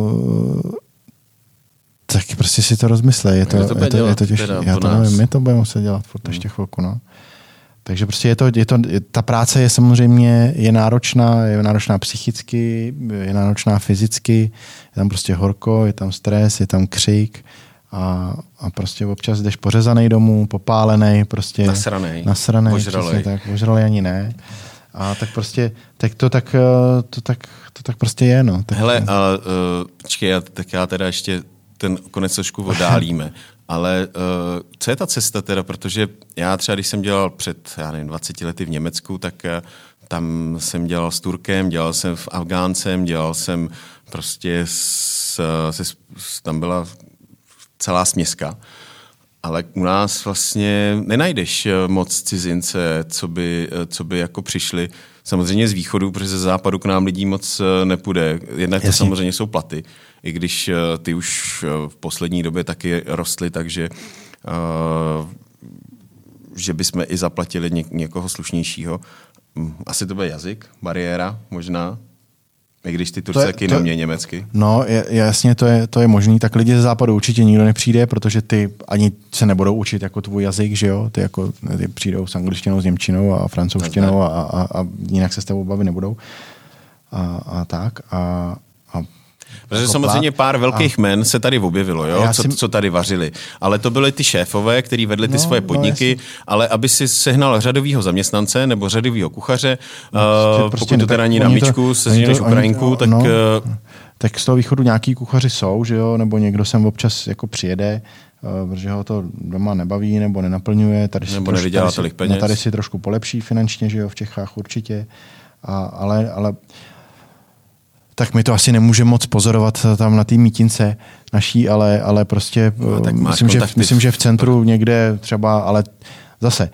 tak prostě si to rozmyslej. Je to, to je to, je to těžké. Já to nevím, my to budeme muset dělat furt ještě chvilku, no. Takže prostě je to, je to, ta práce je samozřejmě je náročná, je náročná psychicky, je náročná fyzicky, je tam prostě horko, je tam stres, je tam křik a, a prostě občas jdeš pořezanej domů, popálenej, prostě nasranej, nasranej ožralej. Tak, ožralej ani ne. A tak prostě, tak to tak, to tak, to tak prostě je, no. Tak, hele, a, uh, počkej, já, tak já teda ještě ten konec trošku oddálíme. Ale uh, co je ta cesta teda, protože já třeba, když jsem dělal před, já nevím, dvaceti lety v Německu, tak uh, tam jsem dělal s Turkem, dělal jsem v Afgáncem, dělal jsem prostě s, se, tam byla celá směska. Ale u nás vlastně nenajdeš moc cizince, co by, co by jako přišli samozřejmě z východu, protože ze západu k nám lidí moc nepůjde. Jednak to Jasně. samozřejmě jsou platy, i když ty už v poslední době taky rostly, takže uh, že bychom i zaplatili ně, někoho slušnějšího. Asi to bude jazyk, bariéra možná, i když ty Turci taky to... nemějí německy. No jasně, to je, to je možný. Tak lidi ze západu určitě nikdo nepřijde, protože ty ani se nebudou učit jako tvůj jazyk, že jo? Ty, jako, ty přijdou s angličtinou, s němčinou a francouzštinou a, a, a jinak se s tebou bavit nebudou. A, a tak. A, a Protože jako samozřejmě pár velkých a... men se tady objevilo, jo? Co, si... co tady vařili. Ale to byly ty šéfové, kteří vedli ty no, svoje podniky, no, ale aby si sehnal řadovýho zaměstnance nebo řadovýho kuchaře, no, uh, prostě pokud to teda ani na myčku, se seženeš Ukrajinku, to, tak... No, uh... tak z toho východu nějaký kuchaři jsou, že jo? Nebo někdo sem občas jako přijede, uh, protože ho to doma nebaví nebo nenaplňuje. Tady si nebo troš, nevydělá tady tolik si, peněz. No, tady si trošku polepší finančně, že jo? V Čechách určitě. A, ale... ale tak my to asi nemůžeme moc pozorovat tam na té mítince naší, ale, ale prostě no, myslím, že, myslím, že v centru někde třeba, ale zase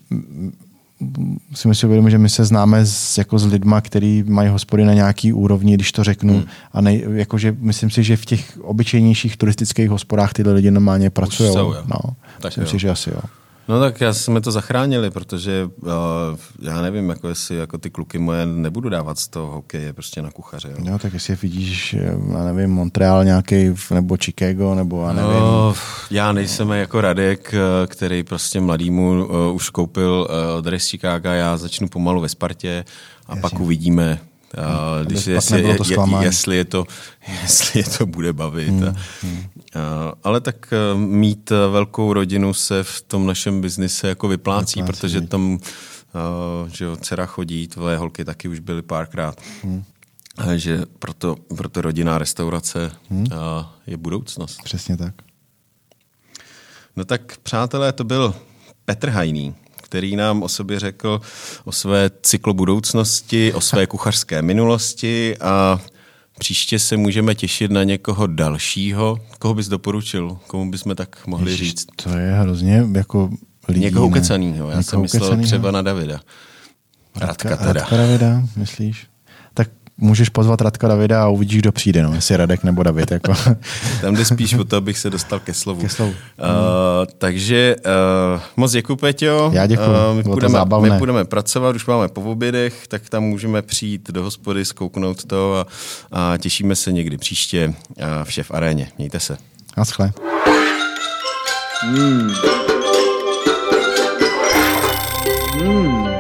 si myslím uvědomit, že my se známe s, jako s lidma, který mají hospody na nějaký úrovni, když to řeknu. Hmm. A ne, jakože myslím si, že v těch obyčejnějších turistických hospodách tyhle lidi normálně pracují. No, myslím jo. si, že asi jo. No tak já jsme to zachránili, protože uh, já nevím, jako jestli jako ty kluky moje nebudu dávat z toho hokeje prostě na kuchaře. Jo, jo tak jestli vidíš, já nevím, Montreal nějaký, nebo Chicago, nebo já nevím. No, já nejsem jako Radek, který prostě mladýmu uh, už koupil uh, dres Chicaga, já začnu pomalu ve Spartě a Jasně. pak uvidíme, Uh, když jestli, je, je, jestli, je to, jestli je to bude bavit. Hmm, hmm. Uh, ale tak uh, mít uh, velkou rodinu se v tom našem biznise jako vyplácí, vyplácí protože tam uh, že jo, dcera chodí, tvoje holky taky už byly párkrát. Hmm. Uh, že proto, proto rodinná restaurace hmm. uh, je budoucnost. Přesně tak. No tak přátelé, to byl Petr Hajný, který nám o sobě řekl o své cyklobudoucnosti, o své kuchařské minulosti a příště se můžeme těšit na někoho dalšího. Koho bys doporučil? Komu bychom tak mohli Ježiš, říct? To je hrozně jako lidí. Někoho ukecanýho. Já jsem myslel ukecanýho? třeba na Davida. Radka, Radka teda. Radka Davida, myslíš? Tak můžeš pozvat Radka Davida a uvidíš, kdo přijde, no, jestli Radek nebo David. Jako. Tam jde spíš o to, abych se dostal ke slovu. Ke slovu. Uh, takže uh, moc děkuji, Peťo. Já děkuji, uh, my, budeme, my budeme pracovat, už máme po obědech, tak tam můžeme přijít do hospody, zkouknout to a, a těšíme se někdy příště uh, v Šéf Aréně. Mějte se. Naschle. Mm. Mm.